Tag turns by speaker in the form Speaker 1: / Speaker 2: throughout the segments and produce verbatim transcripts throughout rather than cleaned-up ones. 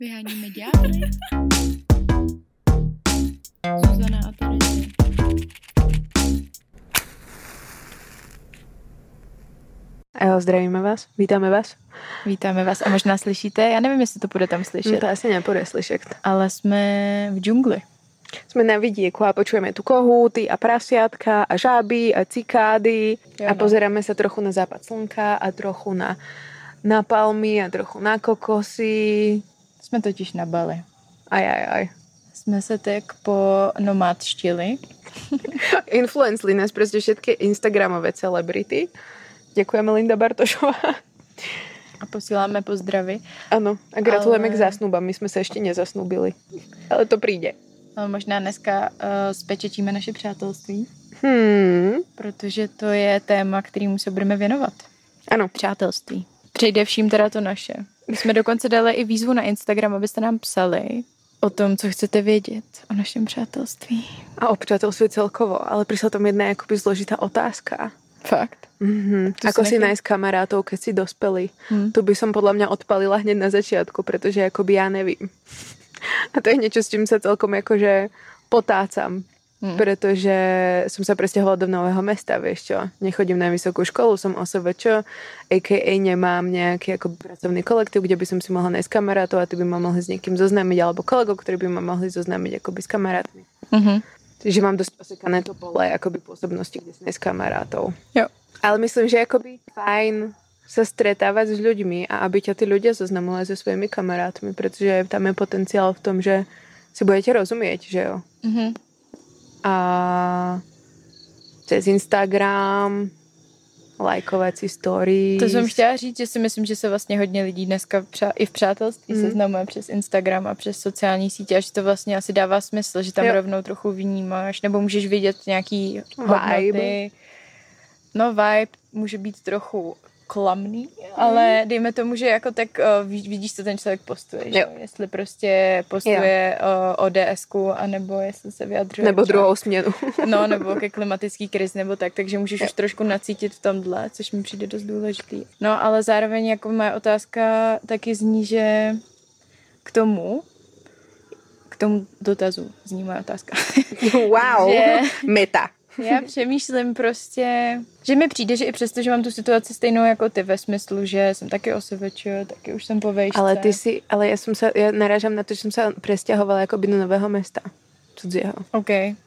Speaker 1: Vyháníme ďábly. Zuzana a Terezie.
Speaker 2: Jo, zdravíme vás, vítáme vás.
Speaker 1: Vítáme vás a možná slyšíte, já nevím, jestli to bude tam slyšet.
Speaker 2: No to asi nepůjde slyšet.
Speaker 1: Ale jsme v džungli.
Speaker 2: Jsme na vidieku a počujeme tu kohúty a prasiatka a žáby a cikády jo, a no. Pozeráme sa trochu na západ slnka a trochu na, na palmy a trochu na kokosy.
Speaker 1: Jsme totiž na Bali.
Speaker 2: Aj, aj, aj.
Speaker 1: Jsme se tak ponomádštili.
Speaker 2: Influenceli nás prostě všetky instagramové celebrity. Děkujeme, Linda Bartošová.
Speaker 1: A posíláme pozdravy.
Speaker 2: Ano, a gratulujeme ale... k zásnubám. My jsme se ještě nezasnubili. Ale to přijde.
Speaker 1: Ale možná dneska uh, spečetíme naše přátelství.
Speaker 2: Hmm.
Speaker 1: Protože to je téma, kterému se budeme věnovat.
Speaker 2: Ano.
Speaker 1: Přátelství. Především teda to naše. My jsme dokonce dali i výzvu na Instagram, abyste nám psali o tom, co chcete vědět o našem přátelství.
Speaker 2: A o přátelství celkovo, ale přišla tam jedna jakoby zložitá otázka.
Speaker 1: Fakt?
Speaker 2: Mm-hmm. Ako si nájsť kamarátov, keď si dospelí. Hmm. Tu by som podľa mňa odpalila hneď na začiatku, pretože akoby ja nevím. A to je niečo, s čím sa celkom akože potácam. Hmm. Pretože som sa presťahovala do nového mesta, vieš čo. Nechodím na vysokú školu, som ó es vé čo, á ká á nemám nejaký ako pracovný kolektív, kde by som si mohla nájsť kamarátov a ty by ma mohli s niekým zoznámiť, alebo kolegov, ktorí by ma mohli zoznámiť akoby s kamarátmi. Mhm. Takže mám dosť osekané to pole akoby pôsobnosti, kde si nájsť kamarátov.
Speaker 1: Jo.
Speaker 2: Ale myslím, že akoby fajn sa stretávať s ľuďmi a aby ťa tí ľudia zoznamovali so svojimi kamarátmi, pretože tam je potenciál v tom, že si budete rozumieť, že jo. Mhm. A cez Instagram lajkovat si stories.
Speaker 1: To jsem chtěla říct, že si myslím, že se vlastně hodně lidí dneska přá- i v přátelství mm. seznamuje přes Instagram a přes sociální sítě a že to vlastně asi dává smysl, že tam jo. rovnou trochu vnímáš, nebo můžeš vidět nějaký hodnoty. Vibe. No vibe může být trochu klamný, ale dejme tomu, že jako tak uh, vidíš, co ten člověk postuje, že? Jestli prostě postuje uh, o dé esku, anebo jestli se vyjadřuje.
Speaker 2: Nebo druhou směnu.
Speaker 1: No, nebo ke klimatický krizi, nebo tak, takže můžeš jo. už trošku nacítit v tomhle, což mi přijde dost důležitý. No, ale zároveň jako moje otázka taky zní, že k tomu, k tomu dotazu zní moje otázka.
Speaker 2: Wow, že... meta.
Speaker 1: Já přemýšlím prostě, že mi přijde, že i přesto, že mám tu situaci stejnou jako ty ve smyslu, že jsem taky ó es vé čo, taky už jsem po vejšce.
Speaker 2: Ale ty si, ale já jsem se, já narážám na to, že jsem se presťahovala jakoby do nového města. Cudzího.
Speaker 1: OK.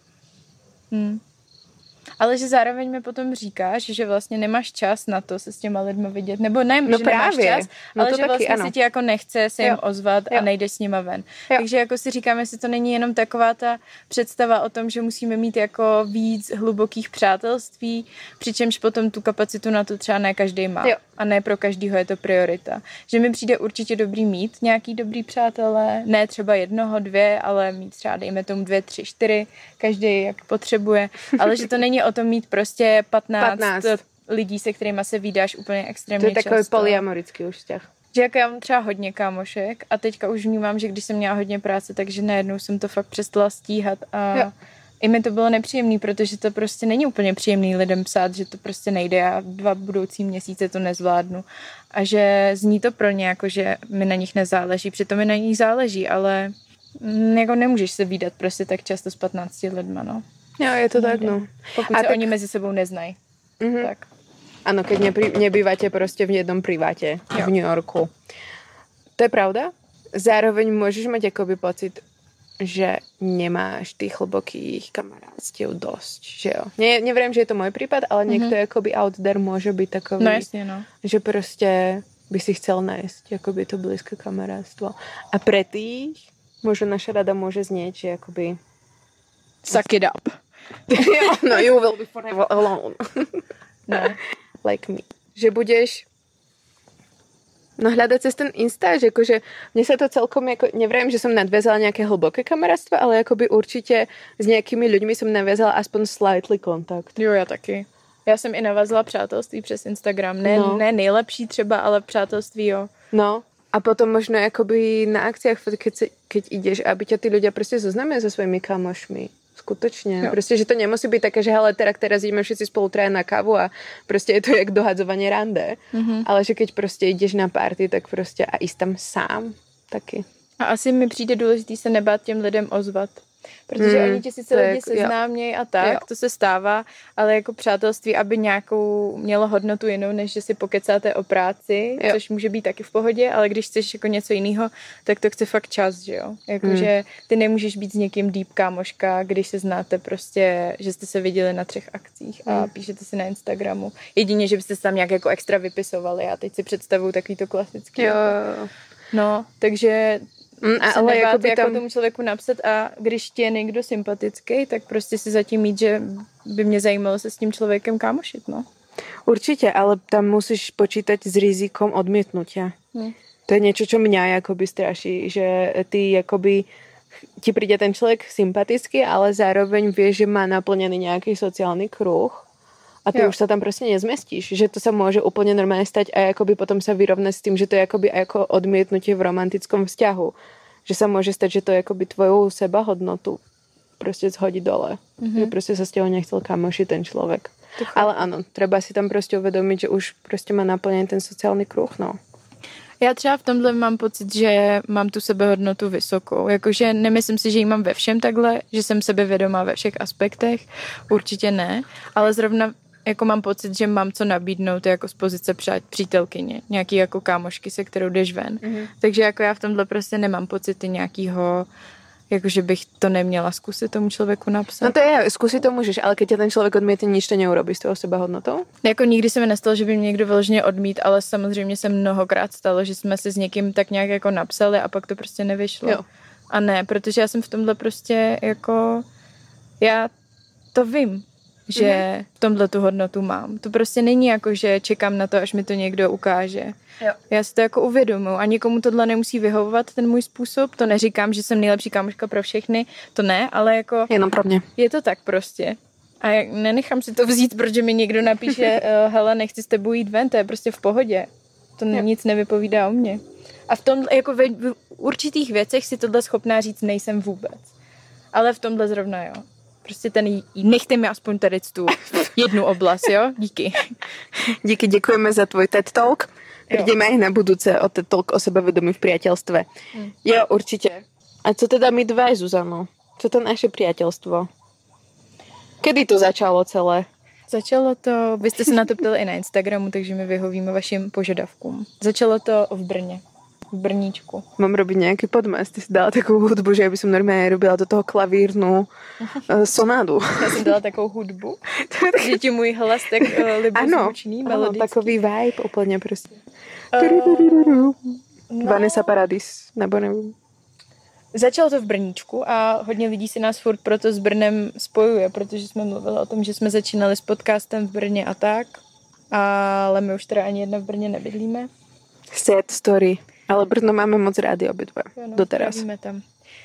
Speaker 1: Hm. Ale že zároveň mi potom říkáš, že vlastně nemáš čas na to se s těma lidma vidět. Nebo ne,
Speaker 2: no
Speaker 1: že
Speaker 2: právě.
Speaker 1: nemáš čas,
Speaker 2: no
Speaker 1: ale
Speaker 2: to
Speaker 1: že
Speaker 2: taky,
Speaker 1: vlastně
Speaker 2: ano.
Speaker 1: si ti jako nechce se jim jo. ozvat jo. a nejdeš s nima ven. Jo. Takže jako si říkám, jestli to není jenom taková ta představa o tom, že musíme mít jako víc hlubokých přátelství, přičemž potom tu kapacitu na to třeba ne každý má. Jo. A ne pro každýho je to priorita. Že mi přijde určitě dobrý mít nějaký dobrý přátelé, ne třeba jednoho, dvě, ale mít třeba dejme tomu dvě, tři, čtyři, každý jak potřebuje, ale že to není o tom mít prostě patnáct, patnáct lidí, se kterýma se vídáš úplně extrémně často.
Speaker 2: To je takový polyamorický už vztah.
Speaker 1: Že jako já mám třeba hodně kámošek a teďka už vnímám, že když jsem měla hodně práce, takže najednou jsem to fakt přestala stíhat a jo. i mi to bylo nepříjemný, protože to prostě není úplně příjemný lidem psát, že to prostě nejde, já dva budoucí měsíce to nezvládnu a že zní to pro ně jako, že mi na nich nezáleží, přitom mi na nich záleží, ale jako nemůžeš se vídat prostě tak často s patnácti lidma, no.
Speaker 2: Jo, je to nejde. Tak, no.
Speaker 1: Pokud a se tak... oni mezi sebou neznají. Mm-hmm. Tak.
Speaker 2: Ano, keď nepri, nebývate prostě v jednom priváte v New Yorku. To je pravda? Zároveň môžeš mať akoby pocit, že nemáš tých hlbokých kamarátstiev dosť, že jo? Ne, neviem, že je to môj prípad, ale niekto mm-hmm. akoby out there môže byť takový,
Speaker 1: no, jasne, no.
Speaker 2: že prostě by si chcel nájsť akoby to blízke kamarátstvo. A pre tých možno naša rada môže znieť, že akoby
Speaker 1: suck it up.
Speaker 2: No, you will be forever alone.
Speaker 1: No.
Speaker 2: Like me. Že budeš no hľadať cez ten Insta, že akože mne sa to celkom, ako, neviem, že som nadviazala nejaké hlboké kamarátstvo, ale akoby určite s nejakými ľuďmi som naviazala aspoň slightly kontakt.
Speaker 1: Jo, já taky. Já jsem i navazila přátelství přes Instagram. Ne, no. ne nejlepší třeba, ale přátelství, jo.
Speaker 2: No. A potom možno akoby na akciách, keď, se, keď ideš, aby ťa tí ľudia proste zoznámia so svojimi kamošmi. Skutočne. Jo. Proste, že to nemusí byť také, že hele, teraz, teraz ideme všetci spolu traja na kávu a proste je to jak dohadzovanie rande. Mm-hmm. Ale že keď proste ideš na party, tak proste a ísť tam sám taky.
Speaker 1: A asi mi přijde důležitý se nebát těm lidem ozvat. Protože hmm, oni ti sice lidi seznámějí a tak, jo. To se stává, ale jako přátelství, aby nějakou mělo hodnotu jinou, než že si pokecáte o práci, jo. Což může být taky v pohodě, ale když chceš jako něco jiného, tak to chce fakt čas, že jo? Jakože hmm. ty nemůžeš být s někým deep kámoška, když se znáte prostě, že jste se viděli na třech akcích a hmm. píšete si na Instagramu. Jedině, že byste se tam nějak jako extra vypisovali a teď si představuju takový to klasický.
Speaker 2: Jo.
Speaker 1: No, takže...
Speaker 2: Mm,
Speaker 1: se ale nebát jako, jako tam... tomu člověku napsat a když ti je někdo sympatický, tak prostě si zatím mít, že by mě zajímalo se s tím člověkem kámošit, no.
Speaker 2: Určitě, ale tam musíš počítať s rizikom odmietnutia. Hmm. To je niečo, čo mňa akoby straší, že ty akoby ti príde ten človek sympatický, ale zároveň vieš, že má naplnený nejaký sociálny kruh a ty jo. Už sa tam proste nezmestíš. Že to sa môže úplne normálne stať a akoby potom sa vyrovnať s tým, že to je akoby ako odmietnutie v romantickom vzťahu. Že sa môže stať, že to je akoby tvoju sebahodnotu proste zhodí dole. Mm-hmm. Že proste sa s tebou nechcel kamošiť ten človek. Ale áno, treba si tam proste uvedomiť, že už proste má naplnený ten sociálny kruh, no.
Speaker 1: Já třeba v tomhle mám pocit, že mám tu sebehodnotu vysokou. Jakože nemyslím si, že ji mám ve všem takhle, že jsem sebevědomá ve všech aspektech. Určitě ne. Ale zrovna jako mám pocit, že mám co nabídnout jako z pozice přítelkyně. Nějaký jako kámošky, se kterou jdeš ven. Mm-hmm. Takže jako já v tomhle prostě nemám pocity nějakýho, jakože bych to neměla zkusit tomu člověku napsat.
Speaker 2: No to je, zkusit to můžeš, ale když tě ten člověk odmítne, nič to neurobí s tvojou sebehodnotou?
Speaker 1: Jako nikdy se mi nestalo, že by mě někdo vyloženě odmít, ale samozřejmě se mnohokrát stalo, že jsme si s někým tak nějak jako napsali a pak to prostě nevyšlo. Jo. A ne, protože já jsem v tomhle prostě jako, já to vím, že mm-hmm. v tomhle tu hodnotu mám. To prostě není jako, že čekám na to, až mi to někdo ukáže. Jo. Já si to jako uvědomuji a nikomu tohle nemusí vyhovovat, ten můj způsob. To neříkám, že jsem nejlepší kámoška pro všechny, to ne, ale jako...
Speaker 2: Jenom pro mě.
Speaker 1: Je to tak prostě. A já nenechám si to vzít, protože mi někdo napíše, uh, hele, nechci s tebou jít ven, to je prostě v pohodě. To jo. Nic nevypovídá o mně. A v tom, jako ve, v určitých věcech si tohle schopná říct nejsem vůbec. Ale v tomhle zrovna jo. Prostě ten, nechte mi aspoň tady tu jednu oblast, jo? Díky.
Speaker 2: Díky, děkujeme za tvoj TED Talk. Prídeme aj na budúce o TED Talk o sebevedomí v priateľstve. Hmm. Jo, určite. A co teda my dve, Zuzano? Co to naše priateľstvo? Kedy to začalo celé?
Speaker 1: Začalo to, vy jste se na to ptali i na Instagramu, takže my vyhovíme vašim požadavkům. Začalo to v Brně. V Brníčku.
Speaker 2: Mám robiť nejaký podmas. Ty si dala takovou hudbu, že ja by som normálne robila do toho klavírnu uh, sonádu.
Speaker 1: Já jsem dala takovou hudbu, že ti můj hlas tak uh, libozvučný, melodický.
Speaker 2: Ano, takový vibe úplně prostě. Uh, no. Vanessa Paradis, nebo nevím.
Speaker 1: Začalo to v Brníčku a hodně lidí si nás furt proto s Brnem spojuje, protože jsme mluvili o tom, že jsme začínali s podcastem v Brně a tak, ale my už teda ani jedna v Brně nebydlíme.
Speaker 2: Sad story. Ale Brno máme moc rádi obidva. No, doteraz.
Speaker 1: Tam.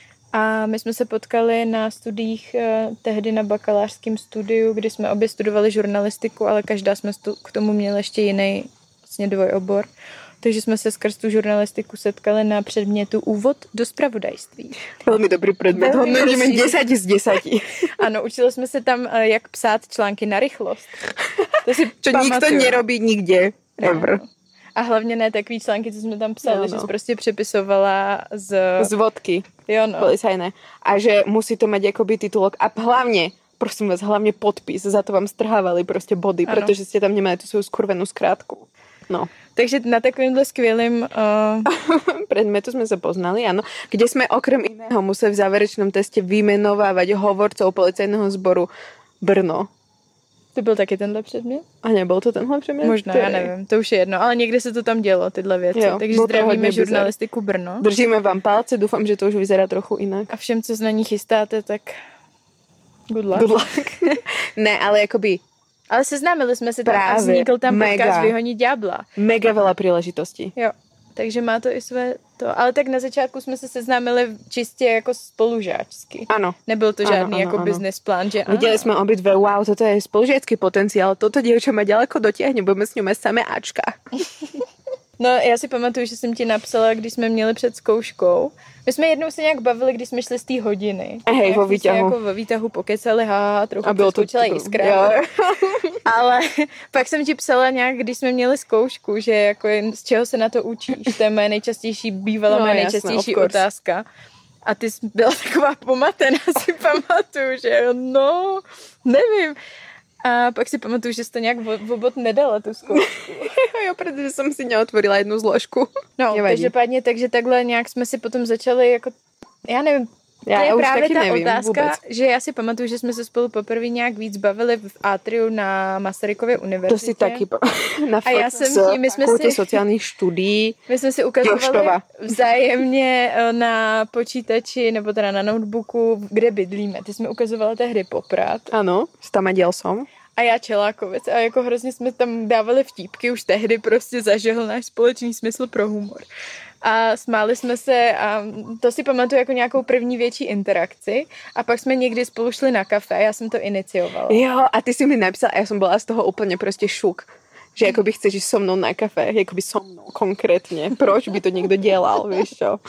Speaker 1: A my jsme se potkali na studiích eh, tehdy na bakalářském studiu, kdy jsme obě studovali žurnalistiku, ale každá jsme stu- k tomu měli ještě jiný vlastně dvojobor. Takže jsme se skrz tu žurnalistiku setkali na předmětu Úvod do zpravodajství.
Speaker 2: Velmi dobrý předmět. Hodnotíme deset z deseti.
Speaker 1: Ano, učili jsme se tam, eh, jak psát články na rychlost.
Speaker 2: To si Čo pamatuju. Nikto nerobí nikde. Ever.
Speaker 1: A hlavně ne takový články, co jsme tam psali, jo, no. Že jsi prostě přepisovala z...
Speaker 2: Z vodky.
Speaker 1: Jo, no.
Speaker 2: Policajné. A že musí to mať akoby titulok. A hlavne, prosím vás, hlavne podpis. Za to vám strhávali prostě body, ano. Protože ste tam nemali tu svoju skurvenú skrátku. No.
Speaker 1: Takže na takovýmhle skvělým... Uh...
Speaker 2: predmetu sme sa poznali, áno. Kde sme okrem iného museli v záverečnom teste vymenovávať hovorcov policajného sboru Brno.
Speaker 1: To byl taky tenhle předmět?
Speaker 2: A nebyl to tenhle předmět?
Speaker 1: Možná, já nevím, to už je jedno, ale někde se to tam dělo, tyhle věci. Jo, takže zdravíme žurnalistiku Brno.
Speaker 2: Držíme vám palce, doufám, že to už vyzerá trochu jinak.
Speaker 1: A všem, co se na ní chystáte, tak good luck.
Speaker 2: Good luck. Ne, ale jakoby...
Speaker 1: Ale seznámili jsme se tam a vznikl tam mega, podcast Vyhonit ďábla.
Speaker 2: Mega veľa príležitostí.
Speaker 1: Jo, takže má to i své to. Ale tak na začátku jsme se seznámili čistě jako spolužáčsky.
Speaker 2: Ano.
Speaker 1: Nebyl to žádný ano, jako ano. business plán, že...
Speaker 2: Viděli jsme obidve, wow, toto je spolužácký potenciál, toto dievča ma ďaleko dotiahne, budeme s ňou mať samé Ačka.
Speaker 1: No, já si pamatuju, že jsem ti napsala, když jsme měli před zkouškou. My jsme jednou se nějak bavili, když jsme šli z té hodiny.
Speaker 2: Hej, vo výťahu.
Speaker 1: Jako vo výťahu pokecali, ha, trochu přeskočila jiskra. Ale pak jsem ti psala nějak, když jsme měli zkoušku, že jako z čeho se na to učíš. To je moje nejčastější, bývala no, moje nejčastější jasné, otázka. A ty jsi byla taková pomatená, si pamatuju, že no, nevím. A pak si pamatuju, že jsi to nějak vůbec nedala, tu zkoušku.
Speaker 2: Jo, protože jsem si neotvorila jednu zložku.
Speaker 1: No, každopádně, takže takhle nějak jsme si potom začali jako, já nevím, to já je právě ta nevím, otázka, vůbec. Že já si pamatuju, že jsme se spolu poprvé nějak víc bavili v Atriu na Masarykově univerzitě.
Speaker 2: To si taky na
Speaker 1: a já jsem tím, my jsme si
Speaker 2: sociálních studií.
Speaker 1: My jsme si ukazovali Joštova. Vzájemně na počítači, nebo teda na notebooku, kde bydlíme. Ty jsme ukazovala tehdy Poprad.
Speaker 2: Ano, tam a děl som.
Speaker 1: A já Čelákovec. A jako hrozně jsme tam dávali vtípky, už tehdy prostě zažil náš společný smysl pro humor. A smáli jsme se a to si pamatuju jako nějakou první větší interakci a pak jsme někdy spolu šli na kafe a já jsem to iniciovala.
Speaker 2: Jo, a ty si mi napsala a já jsem byla z toho úplně prostě šuk. Že jakoby chceš ísť so mnou na kafe, jakoby so mnou konkrétně. Proč by to někdo dělal, víš čo?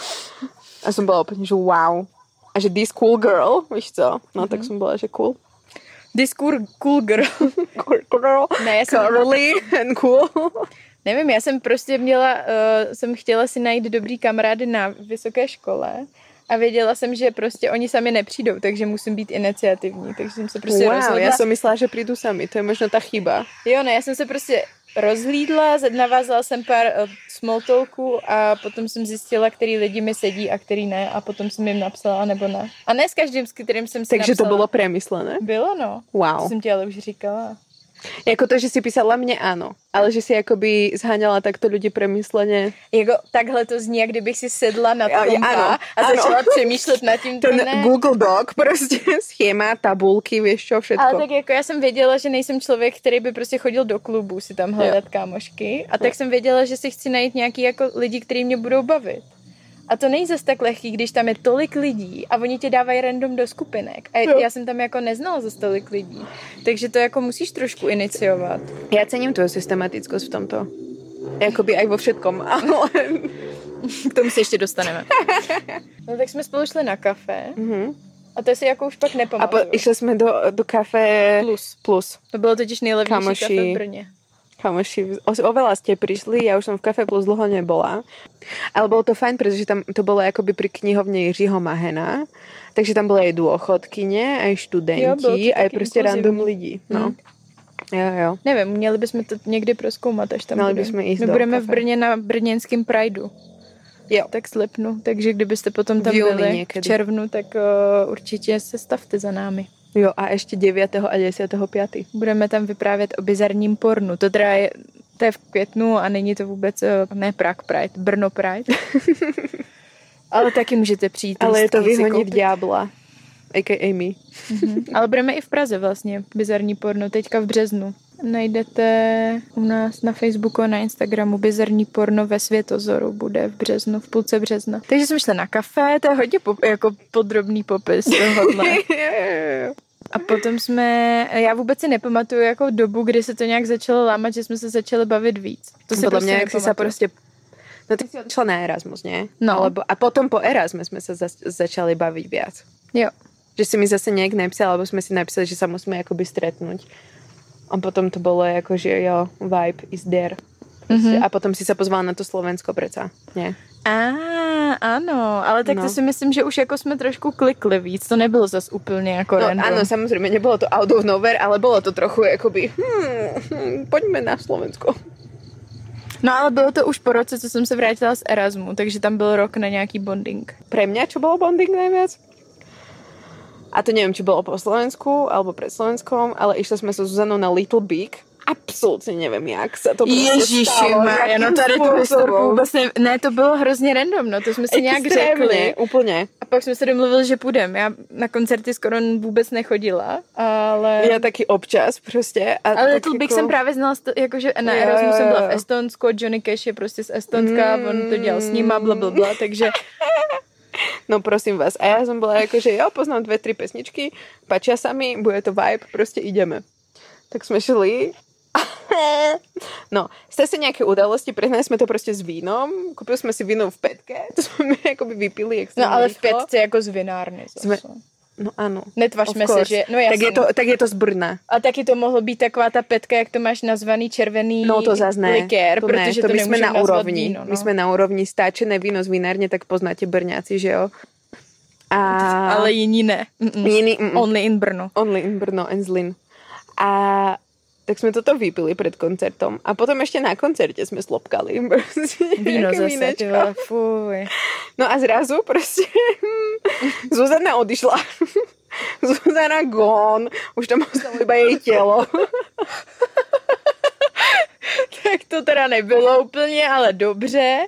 Speaker 2: A jsem byla úplně, že wow. A že this cool girl, víš co? No mm-hmm. tak jsem byla, že cool.
Speaker 1: This cool, cool girl.
Speaker 2: Cool girl.
Speaker 1: Ne, já jsem...
Speaker 2: Curly and cool.
Speaker 1: Nevím, já jsem prostě měla, uh, jsem chtěla si najít dobrý kamarády na vysoké škole a věděla jsem, že prostě oni sami nepřijdou, takže musím být iniciativní, takže jsem se prostě
Speaker 2: wow,
Speaker 1: rozhodla.
Speaker 2: Já jsem myslela, že přijdu sami, to je možná ta chyba.
Speaker 1: Jo, ne, já jsem se prostě rozhlídla, navázala jsem pár uh, small talků a potom jsem zjistila, který lidi mi sedí a který ne a potom jsem jim napsala, nebo ne. A ne s každým, s kterým jsem si
Speaker 2: takže
Speaker 1: napsala.
Speaker 2: To bylo premyslené?
Speaker 1: Bylo, no.
Speaker 2: Wow.
Speaker 1: To jsem ti ale už říkala.
Speaker 2: Jako to, že si písala mne, áno. Ale že si akoby zháňala takto ľudí premysleně.
Speaker 1: Jako takhle to zní, jak kdybych si sedla na kompa a začala ano. přemýšlet nad tím.
Speaker 2: Ten ne. Google Doc, prostě schéma, tabulky, víš čo, všetko.
Speaker 1: Ale tak jako já jsem věděla, že nejsem člověk, který by prostě chodil do klubu si tam hledat jo. kámošky. A tak jo. jsem věděla, že si chci najít nějaký jako lidi, kteří mě budou bavit. A to není zase tak lehký, když tam je tolik lidí a oni tě dávají random do skupinek. A jo. já jsem tam jako neznala zase tolik lidí. Takže to jako musíš trošku iniciovat.
Speaker 2: Já cením tvoju systematickost v tomto. Jakoby aj vo všetkom.
Speaker 1: K tomu se ještě dostaneme. No tak jsme spolu šli na kafe. Mm-hmm. A to si jako už pak nepamatuju.
Speaker 2: A po, išli jsme do, do kafe
Speaker 1: Plus.
Speaker 2: Plus.
Speaker 1: To bylo totiž nejlevnější
Speaker 2: Kamoši.
Speaker 1: kafe v Brně.
Speaker 2: Kamoši, oveľa ste prišli, ja už som v Kafe Plus dlho nebola, ale bolo to fajn, pretože tam to bolo akoby pri knihovne Jiřího Mahena, takže tam boli aj dôchodkyne, aj študenti, jo, aj proste random lidí. No. Hmm. Jo, jo.
Speaker 1: Nevím, měli bychom to někdy prozkoumat, až tam
Speaker 2: měli
Speaker 1: budeme.
Speaker 2: bychom jít
Speaker 1: My
Speaker 2: do
Speaker 1: budeme
Speaker 2: kafe.
Speaker 1: v Brně na brněnském Prideu.
Speaker 2: Jo.
Speaker 1: Tak slipnu, takže kdybyste potom tam byli někdy v červnu, tak uh, určitě se stavte za námi.
Speaker 2: Jo, a ještě deviateho a desátého pátého
Speaker 1: Budeme tam vyprávět o bizarním pornu. To teda je, to je v květnu a není to vůbec, ne Prague Pride, Brno Pride. Ale taky můžete přijít.
Speaker 2: Ale je to vyhonit ďábla. á ká á my.
Speaker 1: Mm-hmm. Ale budeme i v Praze vlastně, bizarní porno, teďka v březnu. Najdete u nás na Facebooku a na Instagramu bizarní porno ve Světozoru, bude v březnu, v půlce března. Takže jsme šli na kafe, to je hodně pop, jako podrobný popis tohohle. A potom jsme, já vůbec si nepamatuju jako dobu, kdy se to nějak začalo lámat, že jsme se začali bavit víc. To si
Speaker 2: podle
Speaker 1: prostě
Speaker 2: mě, jak si se prostě... No ty si odešla na Erasmus, ne?
Speaker 1: No.
Speaker 2: Alebo, a potom po Erasmus jsme se zač- začali bavit viac.
Speaker 1: Jo.
Speaker 2: Že si mi zase nějak napsala, alebo jsme si napsali, že sa musíme jakoby stretnúť. A potom to bylo jako, že jo, vibe is there. Mm-hmm. A potom si se pozvala na to Slovensko preca, ne?
Speaker 1: Á, ano, ale tak no. To si myslím, že už jako jsme trošku klikli víc, to nebylo zas úplně jako
Speaker 2: no,
Speaker 1: random.
Speaker 2: Ano, samozřejmě, nebylo to out of nowhere, ale bylo to trochu jakoby, hmm, hmm, pojďme na Slovensko.
Speaker 1: No ale bylo to už po roce, co jsem se vrátila z Erasmu, takže tam byl rok na nějaký bonding.
Speaker 2: Pre mňa, čo bolo bonding najviac? A to neviem, či bolo po Slovensku alebo pred Slovenskom, ale išli sme so Zuzanou na Little Big. Absolutně nevím, jak se to prostě stalo.
Speaker 1: Ježiši, no tady tu historku vůbec ne, ne, to bylo hrozně random, no, to jsme si nějak řekli.
Speaker 2: Úplně.
Speaker 1: A pak jsme se domluvili, že půjdeme. Já na koncerty skoro vůbec nechodila, ale...
Speaker 2: Já taky občas prostě. A
Speaker 1: ale Little Big jako... jsem právě znala, jakože na Erasmus jsem byla v Estonsku, Johnny Cash je prostě z Estonska, mm. on to dělal s nima, blablabla, takže...
Speaker 2: No prosím vás. A já jsem byla jako, že jo, poznám dvě, tři pesničky, páčia sa mi, bude to vibe, prostě ideme. Tak jsme šli No, jste si nějaké události, prehnali jsme to prostě s vínom, koupili jsme si víno v petke, to jsme jakoby vypili extrémně
Speaker 1: No ale
Speaker 2: rychlo.
Speaker 1: v petce jako z vinárny
Speaker 2: Jsme... No ano.
Speaker 1: Netvařme se, že... No
Speaker 2: tak, je to, tak je to z Brna.
Speaker 1: A taky to mohlo být taková ta petka, jak to máš nazvaný červený
Speaker 2: no, to zas ne.
Speaker 1: likér,
Speaker 2: to
Speaker 1: protože
Speaker 2: ne. to,
Speaker 1: to
Speaker 2: my jsme na úrovni.
Speaker 1: Víno, no.
Speaker 2: My jsme na úrovni stáčené víno z vinárně, tak poznáte Brňáci, že jo? A...
Speaker 1: Ale jiní ne. Mm-mm.
Speaker 2: Jiní, mm-mm.
Speaker 1: Only in Brno.
Speaker 2: Only in Brno and Zlín. A tak jsme toto vypili před koncertom. A potom ještě na koncertě jsme slopkali. Prostě
Speaker 1: víno zase, ty vole, fuj.
Speaker 2: No a zrazu prostě Zuzana odišla. Zuzana gone. Už tam ostalo iba jej tělo.
Speaker 1: Tak to teda nebylo úplně, ale dobře.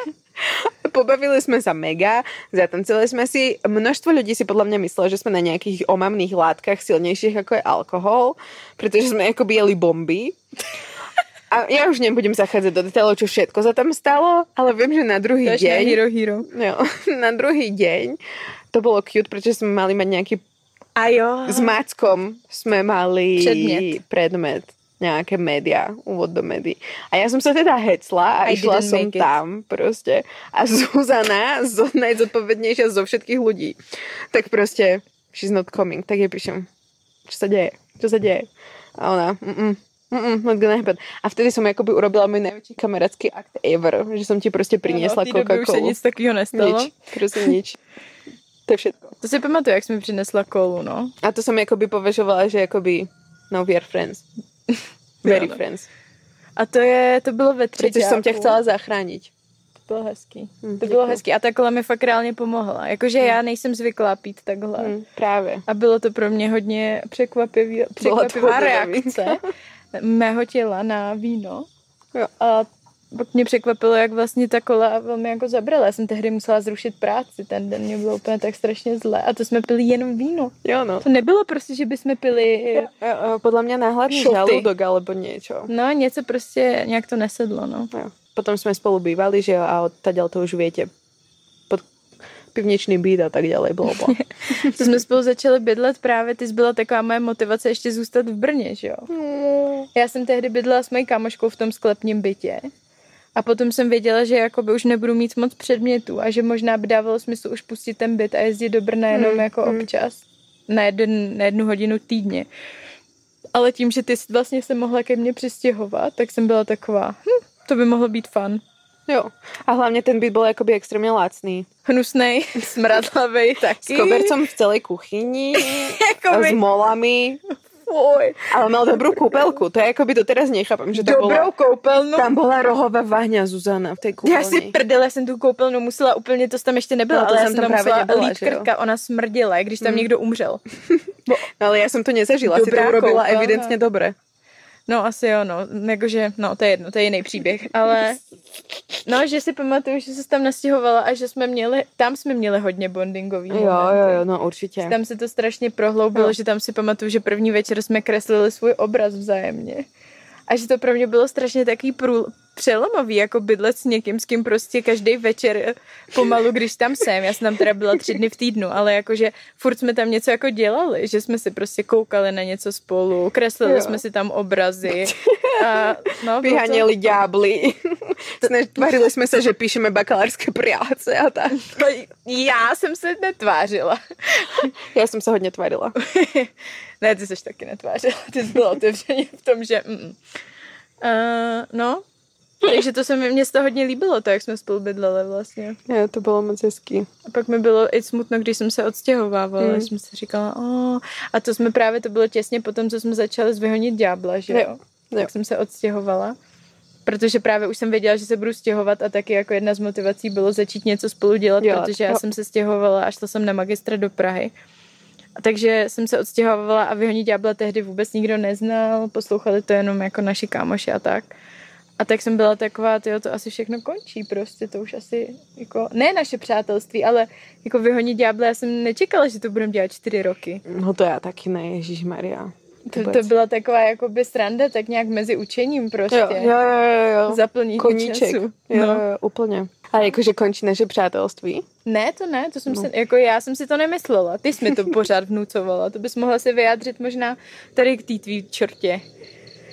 Speaker 2: Pobavili jsme sa mega, zatancili jsme si. Množstvo ľudí si podľa mňa myslelo, že sme na nejakých omamných látkach silnejších ako je alkohol, pretože sme akoby jeli bomby. A ja už nebudem zachádzať do detailov, čo všetko sa tam stalo, ale viem, že na druhý
Speaker 1: to
Speaker 2: deň...
Speaker 1: hero, hero.
Speaker 2: Jo, na druhý deň to bolo cute, pretože sme mali mať nejaký...
Speaker 1: A jo.
Speaker 2: S Mackom sme mali
Speaker 1: predmet.
Speaker 2: predmet nejaké média, úvod do médií. A ja som sa teda hecla a I išla som tam proste. A Zuzana, najzodpovednejšia zo všetkých ľudí, tak proste she's not coming. Tak jej píšem, čo sa deje? Čo sa deje? A ona, mm-mm, mm-mm, not gonna happen. A vtedy som akoby urobila môj najväčší kamarátsky akt ever, že som ti proste priniesla
Speaker 1: no,
Speaker 2: Coca-Colu.
Speaker 1: Už sa nic takového nestalo.
Speaker 2: Nič, proste nič. To je všetko.
Speaker 1: To si pamatuju, jak jsme přinesla kolu, no.
Speaker 2: A to som akoby považovala, že akoby no we are friends. Very
Speaker 1: no, no.
Speaker 2: friends.
Speaker 1: A to je, to bylo ve třetíku.
Speaker 2: Protože jsem tě chcela zachránit.
Speaker 1: To bylo hezký.
Speaker 2: Hmm,
Speaker 1: to bylo hezký. A ta kola mi fakt reálně pomohla. Jakože hmm. já nejsem zvyklá pít takhle.
Speaker 2: Hmm, právě.
Speaker 1: A bylo to pro mě hodně překvapivý, překvapivá reakce mého těla na víno.
Speaker 2: Jo.
Speaker 1: A pak mě překvapilo, jak vlastně ta kola velmi jako zabrala. Já jsem tehdy musela zrušit práci. Ten den mě bylo úplně tak strašně zle. A to jsme pili jenom víno.
Speaker 2: Jo, no.
Speaker 1: To nebylo prostě, že bychom pili...
Speaker 2: Jo, jo, podle mě náhladný žaludok alebo niečo.
Speaker 1: No, něco prostě nějak to nesedlo, no.
Speaker 2: Jo. Potom jsme spolu bývali, že jo, a odtaďal to už viete. Pod pivničný byt a tak ďalej, blablabla.
Speaker 1: To jsme spolu začali bydlet právě, ty jsi byla taková moje motivace ještě zůstat v Brně, že jo.
Speaker 2: Mm.
Speaker 1: Já jsem tehdy bydlela s mojí kámoškou v tom sklepním bytě. A potom jsem věděla, že jakoby už nebudu mít moc předmětů a že možná by dávalo smysl už pustit ten byt a jezdit do Brna jenom mm, jako mm. občas. Na, jeden, na jednu hodinu týdně. Ale tím, že ty vlastně se mohla ke mně přistěhovat, tak jsem byla taková, hm, to by mohlo být fun.
Speaker 2: Jo. A hlavně ten byt byl jakoby extrémně lacný.
Speaker 1: Hnusnej, smradlavej taky.
Speaker 2: S kobercom v celé kuchyni a s molami.
Speaker 1: Fuj.
Speaker 2: Ale mal dobrú kúpelku. To je akoby doteraz nechápam, že to
Speaker 1: Dobrou
Speaker 2: bola...
Speaker 1: koupelnu.
Speaker 2: Tam bola rohová váhňa Zuzana v tej kúpeľni.
Speaker 1: Já si prdele, já jsem tu koupelnu musela úplně, to tam ještě nebylo,
Speaker 2: no,
Speaker 1: ale já
Speaker 2: jsem
Speaker 1: jsem tam
Speaker 2: právě
Speaker 1: musela
Speaker 2: nebyla,
Speaker 1: lít krka, ona smrdila, když tam hmm. někdo umřel.
Speaker 2: Bo... No ale já jsem to nezažila, si to urobila koupelna. Evidentně dobré.
Speaker 1: No asi jo, no, jakože, no to je jedno, to je jiný příběh, ale no, že si pamatuju, že se tam nastěhovala a že jsme měli, tam jsme měli hodně bondingový
Speaker 2: jo, jo, jo, no určitě.
Speaker 1: Tam se to strašně prohloubilo, jo. Že tam si pamatuju, že první večer jsme kreslili svůj obraz vzájemně a že to pro mě bylo strašně takový prů, přelomový, jako bydlet s někým, s kým prostě každý večer pomalu, když tam jsem, já jsem tam teda byla tři dny v týdnu, ale jakože furt jsme tam něco jako dělali, že jsme si prostě koukali na něco spolu, kreslili jo. jsme si tam obrazy a no,
Speaker 2: vyháněli to... ďábly. Tvářili jsme se, že píšeme bakalárské práce a tak.
Speaker 1: Já jsem se netvářila.
Speaker 2: Já jsem se hodně tvářila.
Speaker 1: Ne, ty seš taky netvářila. Ty jsi byla otevřeně v tom, že mm. uh, no, takže to se mi, mně to hodně líbilo, to, jak jsme spolu bydleli vlastně.
Speaker 2: Jo, to bylo moc hezký.
Speaker 1: A pak mi bylo i smutno, když jsem se odstěhovávala, mm. jsem si říkala, oh. A to jsme právě, to bylo těsně potom, co jsme začali z Vyhonit ďábla, že jo? jo. Tak jo. jsem se odstěhovala, protože právě už jsem věděla, že se budu stěhovat a taky jako jedna z motivací bylo začít něco spolu dělat, jo, protože já jo. jsem se stěhovala a šla jsem na magistra do Prahy. A takže jsem se odstěhovala a Vyhonit ďábla tehdy vůbec nikdo neznal, poslouchali to jenom jako naši kámoši a tak. A tak jsem byla taková, tyjo, to asi všechno končí prostě, to už asi, jako, ne naše přátelství, ale jako Vyhonit ďábla, já jsem nečekala, že to budeme dělat čtyři roky.
Speaker 2: No to já taky ne, ježišmarja.
Speaker 1: To, to byla taková jakoby sranda, tak nějak mezi učením prostě.
Speaker 2: Jo, jo, jo, jo.
Speaker 1: Zaplnit
Speaker 2: koníček.
Speaker 1: času.
Speaker 2: Jo,
Speaker 1: no.
Speaker 2: jo, úplně. A jakože končí naše přátelství?
Speaker 1: Ne, to ne, to jsem no. si, jako já jsem si to nemyslela. Ty jsi mi to pořád vnucovala, to bys mohla si vyjádřit možná tady k té tvý čortě.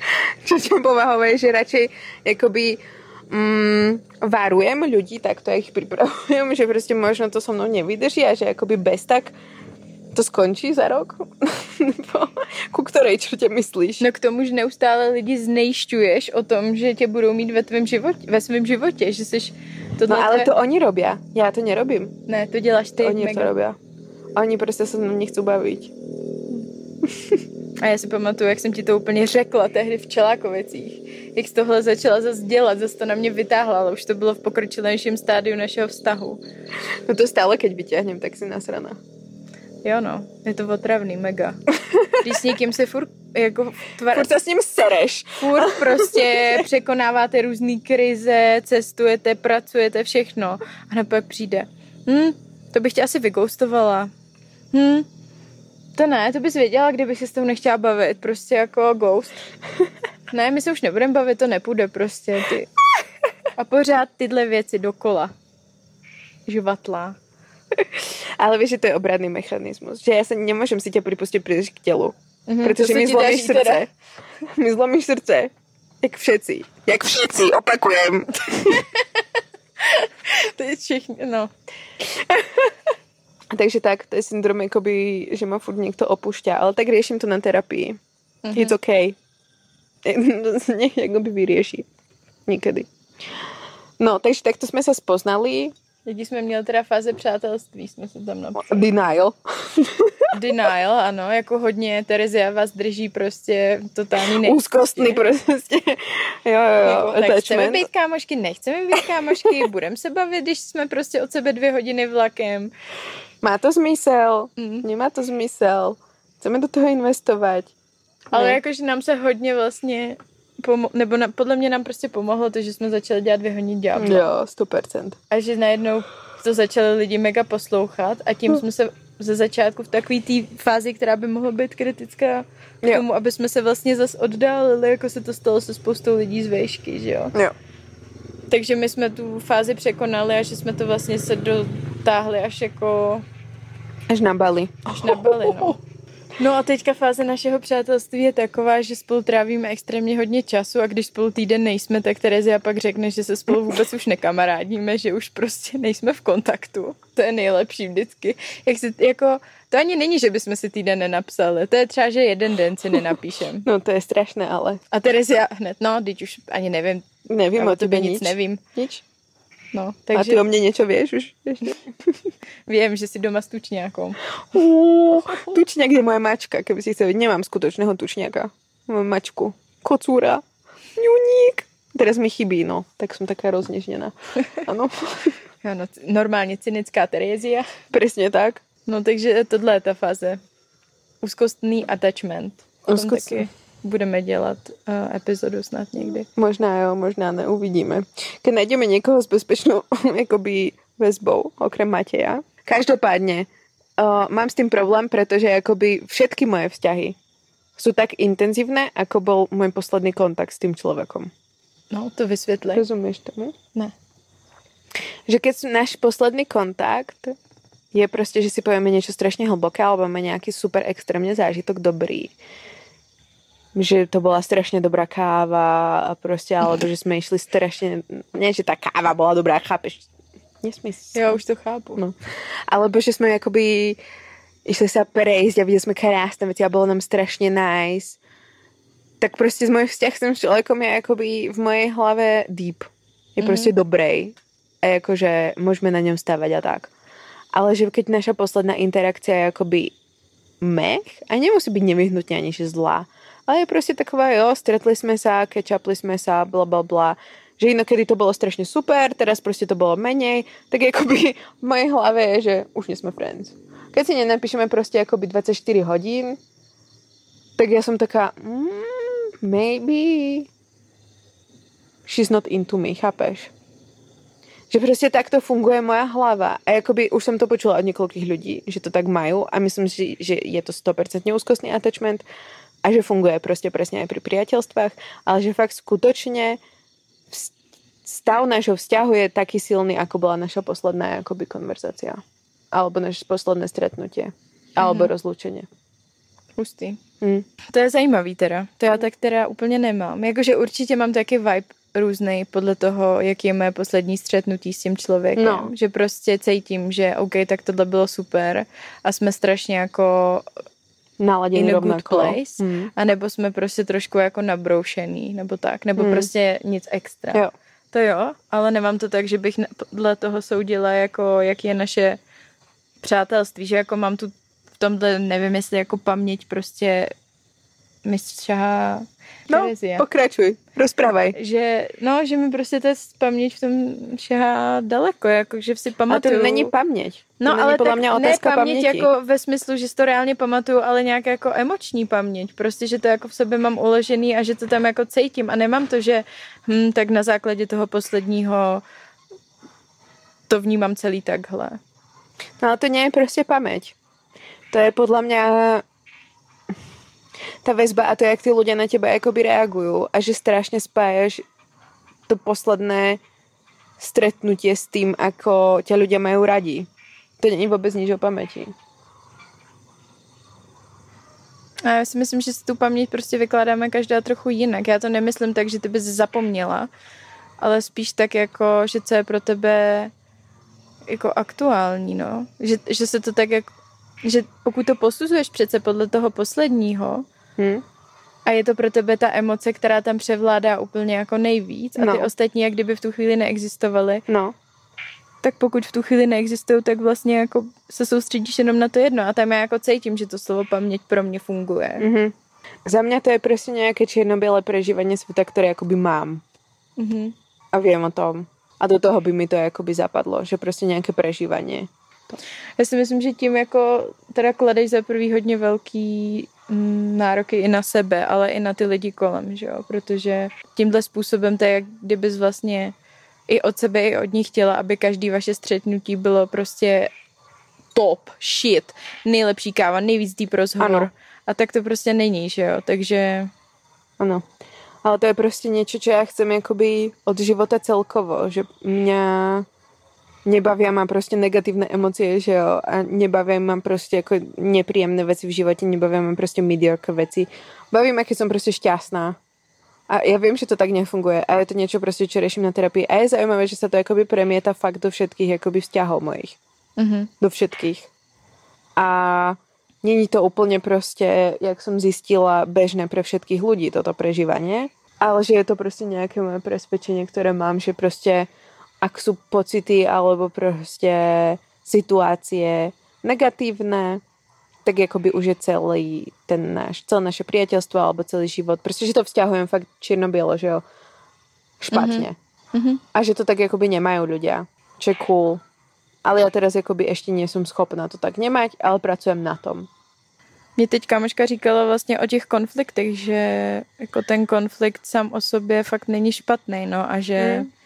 Speaker 2: Čo čo povahové, že radšej jakoby mm, varujem ľudí, tak to ja ich pripravujem, že proste možno to so mnou nevydrží a že akoby bez tak to skončí za rok? Nebo ku ktorej črtě myslíš?
Speaker 1: No k tomu, že neustále lidi znejšťuješ o tom, že tě budou mít ve tvém životě, ve svém životě, že jsi
Speaker 2: tohle... No ale tvé... to oni robia, já to nerobím.
Speaker 1: Ne, to děláš ty.
Speaker 2: Oni
Speaker 1: mega.
Speaker 2: to robia. Oni prostě se mnou nechcú baviť.
Speaker 1: A já si pamatuju, jak jsem ti to úplně řekla tehdy v Čelákovicích. Jak jsi tohle začala zase dělat, zase to na mě vytáhla, ale už to bylo v pokročilejším stádiu našeho vztahu.
Speaker 2: No to stále, keď vyťahnem, tak si nasraná.
Speaker 1: Jo no, je to otravný, mega. Když s někým se furt jako...
Speaker 2: Tvar... Furt se s ním sereš.
Speaker 1: Furt prostě překonáváte různý krize, cestujete, pracujete, všechno. A napak přijde. Hm, to bych tě asi vygoustovala. Hm, to ne, to bys věděla, kdybych se s tou nechtěla bavit. Prostě jako ghost. Ne, my se už nebudeme bavit, to nepůjde prostě. Ty. A pořád tyhle věci dokola. Žvatlá.
Speaker 2: Ale vieš, že to je obradný mechanizmus. Že ja sa nemôžem si ťa pripustiť príliš k telu. Mm-hmm, pretože mi zlomíš srdce. Teda. Mi zlomíš srdce. Jak všetci. Jak všetci, opakujem.
Speaker 1: To je všechno, no.
Speaker 2: Takže tak, to je syndrom, akoby, že ma furt niekto opúšťa. Ale tak riešim to na terapii. Mm-hmm. It's okay. Nech akoby vyrieši. Niekedy. No, takže takto sme sa spoznali.
Speaker 1: Jaký jsme měli teda fáze přátelství, jsme se tam napsali.
Speaker 2: Denial.
Speaker 1: Denial, ano, jako hodně. Terezia vás drží prostě totální nejistě.
Speaker 2: Úzkostný prostě. Jo, jo, jo.
Speaker 1: Jako, tak chceme být kámošky, nechceme být kámošky, budeme se bavit, když jsme prostě od sebe dvě hodiny vlakem.
Speaker 2: Má to zmysel, mm. nemá to zmysel. Chceme do toho investovat.
Speaker 1: Ale jakože nám se hodně vlastně... Pomo- nebo na, podle mě nám prostě pomohlo to, že jsme začali dělat Vyhonit ďábla.
Speaker 2: Jo, sto procent.
Speaker 1: A že najednou to začali lidi mega poslouchat a tím hm. jsme se ze začátku v takové té fázi, která by mohla být kritická k jo. tomu, aby jsme se vlastně zas oddálili, jako se to stalo se spoustou lidí z vejšky, že jo?
Speaker 2: Jo.
Speaker 1: Takže my jsme tu fázi překonali a že jsme to vlastně se dotáhli až jako...
Speaker 2: Až na Bali.
Speaker 1: Až na Bali, no. No a teďka fáze našeho přátelství je taková, že spolu trávíme extrémně hodně času a když spolu týden nejsme, tak Terezia pak řekne, že se spolu vůbec už nekamarádíme, že už prostě nejsme v kontaktu. To je nejlepší vždycky. Jak si, jako, to ani není, že bychom si týden nenapsali. To je třeba, že jeden den si nenapíšem.
Speaker 2: No to je strašné, ale...
Speaker 1: A Terezia hned, no, teď už ani nevím.
Speaker 2: Nevím o tebe nic.
Speaker 1: nic nevím.
Speaker 2: Nič?
Speaker 1: No, takže...
Speaker 2: A ty o mne niečo vieš už?
Speaker 1: Viem, že si doma s tučňákom.
Speaker 2: Uh, tučňák je moja mačka, keby si chcel. Nemám skutočného tučňáka. Mám mačku. Kocúra. Ňuník. Teraz mi chybí, no. Tak som taká roznežnená. Áno.
Speaker 1: Ano, normálně cynická Terézia.
Speaker 2: Presne tak.
Speaker 1: No takže tohle je ta fáze. Úzkostný attachment.
Speaker 2: Úzkostný.
Speaker 1: Budeme dělat uh, epizodu snad někdy.
Speaker 2: Možná jo, možná ne, uvidíme. Keď nájdeme někoho s bezpečnou jakoby väzbou, okrem Mateja. Každopádně uh, mám s tým problém, protože jakoby všetky moje vzťahy sú tak intenzívne, ako bol môj posledný kontakt s tým človekom.
Speaker 1: No, to vysvětlej.
Speaker 2: Rozumieš tomu?
Speaker 1: Ne.
Speaker 2: Že keď náš posledný kontakt je prostě, že si povieme niečo strašne hlboké, alebo máme nejaký super extrémne zážitok dobrý, že to bola strašne dobrá káva a proste, alebo že sme išli strašne, nie, že tá káva bola dobrá, chápeš? Nesmí si...
Speaker 1: Jo, už to chápu.
Speaker 2: No. Alebo že sme akoby išli sa prejsť a videli sme krásne veci a bolo nám strašne nice. Tak proste z môj vzťah s tým človekom je akoby v mojej hlave deep. Je mm-hmm. proste dobrej. A akože môžeme na ňom stávať a tak. Ale že keď naša posledná interakcia je akoby mech, a nemusí byť nevyhnutne ani že zlá, ale je proste taková, jo, stretli sme sa, kečapli sme sa, bla bla bla, že inokedy to bolo strašne super, teraz proste to bolo menej, tak akoby v mojej hlave je, že už nie sme friends. Keď si nenapíšeme proste akoby dvadsaťštyri hodín, tak ja som taká, mm, maybe she's not into me, chápeš? Že proste takto funguje moja hlava. A akoby už som to počula od niekoľkých ľudí, že to tak majú a myslím si, že je to sto percent úzkostný attachment a že funguje proste presne aj pri priateľstvách, ale že fakt skutočne stav nášho vzťahu je taký silný, ako bola naša posledná akoby konverzácia. Alebo naše posledné stretnutie. Alebo mm-hmm. rozlúčenie.
Speaker 1: Hustý.
Speaker 2: Hmm.
Speaker 1: To je zajímavý teda. To já tak teda úplně nemám. Jakože určitě mám taky vibe různej podle toho, jak je moje poslední střetnutí s tím člověkem.
Speaker 2: No.
Speaker 1: Že prostě cítím, že OK, tak tohle bylo super a jsme strašně jako
Speaker 2: naladěný
Speaker 1: in a
Speaker 2: rovnako.
Speaker 1: good place.
Speaker 2: Hmm.
Speaker 1: A nebo jsme prostě trošku jako nabroušený, nebo tak. Nebo hmm. prostě nic extra.
Speaker 2: Jo.
Speaker 1: To jo, ale nemám to tak, že bych podle toho soudila, jako jak je naše přátelství, že jako mám tu v tomhle, nevím, jestli jako paměť prostě mi šahá herezie.
Speaker 2: No, pokračuj, rozprávaj.
Speaker 1: Že, no, že mi prostě ta paměť v tom šahá daleko, jako, že si pamatuju.
Speaker 2: A to není paměť. To
Speaker 1: no,
Speaker 2: není
Speaker 1: ale
Speaker 2: podle
Speaker 1: tak
Speaker 2: mě
Speaker 1: ne
Speaker 2: otázka
Speaker 1: paměť
Speaker 2: paměti.
Speaker 1: jako ve smyslu, že si to reálně pamatuju, ale nějak jako emoční paměť. Prostě, že to jako v sobě mám uložený a že to tam jako cítím. A nemám to, že hm, tak na základě toho posledního to vnímám celý takhle.
Speaker 2: No ale to nie je prostě pamäť. To je podľa mňa tá väzba a to, jak tí ľudia na teba akoby reagujú a že strašne spájaš to posledné stretnutie s tým, ako ťa ľudia majú radi. To nie je vôbec nič o pamäti.
Speaker 1: A já si myslím, že si tu paměť prostě vykládáme každá trochu jinak. Já to nemyslím tak, že ty bys zapomněla, ale spíš tak jako, že co je pro tebe jako aktuální, no. Že, že se to tak jak, že pokud to posuzuješ přece podle toho posledního
Speaker 2: Hmm?
Speaker 1: a je to pro tebe ta emoce, která tam převládá úplně jako nejvíc a ty
Speaker 2: No.
Speaker 1: ostatní, jak kdyby v tu chvíli neexistovaly,
Speaker 2: No.
Speaker 1: tak pokud v tu chvíli neexistují, tak vlastně jako se soustředíš jenom na to jedno a tam já jako cítím, že to slovo paměť pro mě funguje.
Speaker 2: Mhm. Za mňa to je proste nejaké čierno-biele prežívanie sveta, ktoré akoby mám.
Speaker 1: Mhm.
Speaker 2: A viem o tom. A do toho by mi to akoby zapadlo, že proste nejaké prežívanie.
Speaker 1: Já si myslím, že tím jako teda kladeš za prvý hodně velký mm, nároky i na sebe, ale i na ty lidi kolem, že jo, protože tímhle způsobem to je, jak kdybys vlastně i od sebe, i od nich chtěla, aby každý vaše střetnutí bylo prostě top, shit, nejlepší káva, nejvíc deep rozhovor.
Speaker 2: Ano.
Speaker 1: A tak to prostě není, že jo, takže...
Speaker 2: Áno. Ale to je proste niečo, čo ja chcem akoby od života celkovo, že mňa nebavia ma proste negatívne emócie, že jo, a nebavia ma proste ako nepríjemné veci v živote, nebavia ma proste mediocre veci. Baví ma, keď som proste šťastná. A ja viem, že to tak nefunguje a je to niečo proste, čo riešim na terapii. A je zaujímavé, že sa to akoby premieta fakt do všetkých akoby vzťahov mojich.
Speaker 1: Mhm.
Speaker 2: Do všetkých. A není to úplne proste, jak som zistila, bežné pre všetkých ľudí toto prežívanie, ale že je to proste nejaké moje presvedčenie, ktoré mám, že proste ak sú pocity alebo proste situácie negatívne, tak akoby už je celý ten náš, celé naše priateľstvo alebo celý život. Proste, že to vzťahujem fakt čierno-bielo, že jo, špatne.
Speaker 1: Mhm.
Speaker 2: A že to tak akoby nemajú ľudia. Čo je cool. Ale ja teraz akoby ešte nie som schopná to tak nemať, ale pracujem na tom.
Speaker 1: Mě teď kamoška říkala vlastně o těch konfliktech, že jako ten konflikt sám o sobě fakt není špatný, no a že
Speaker 2: Hmm.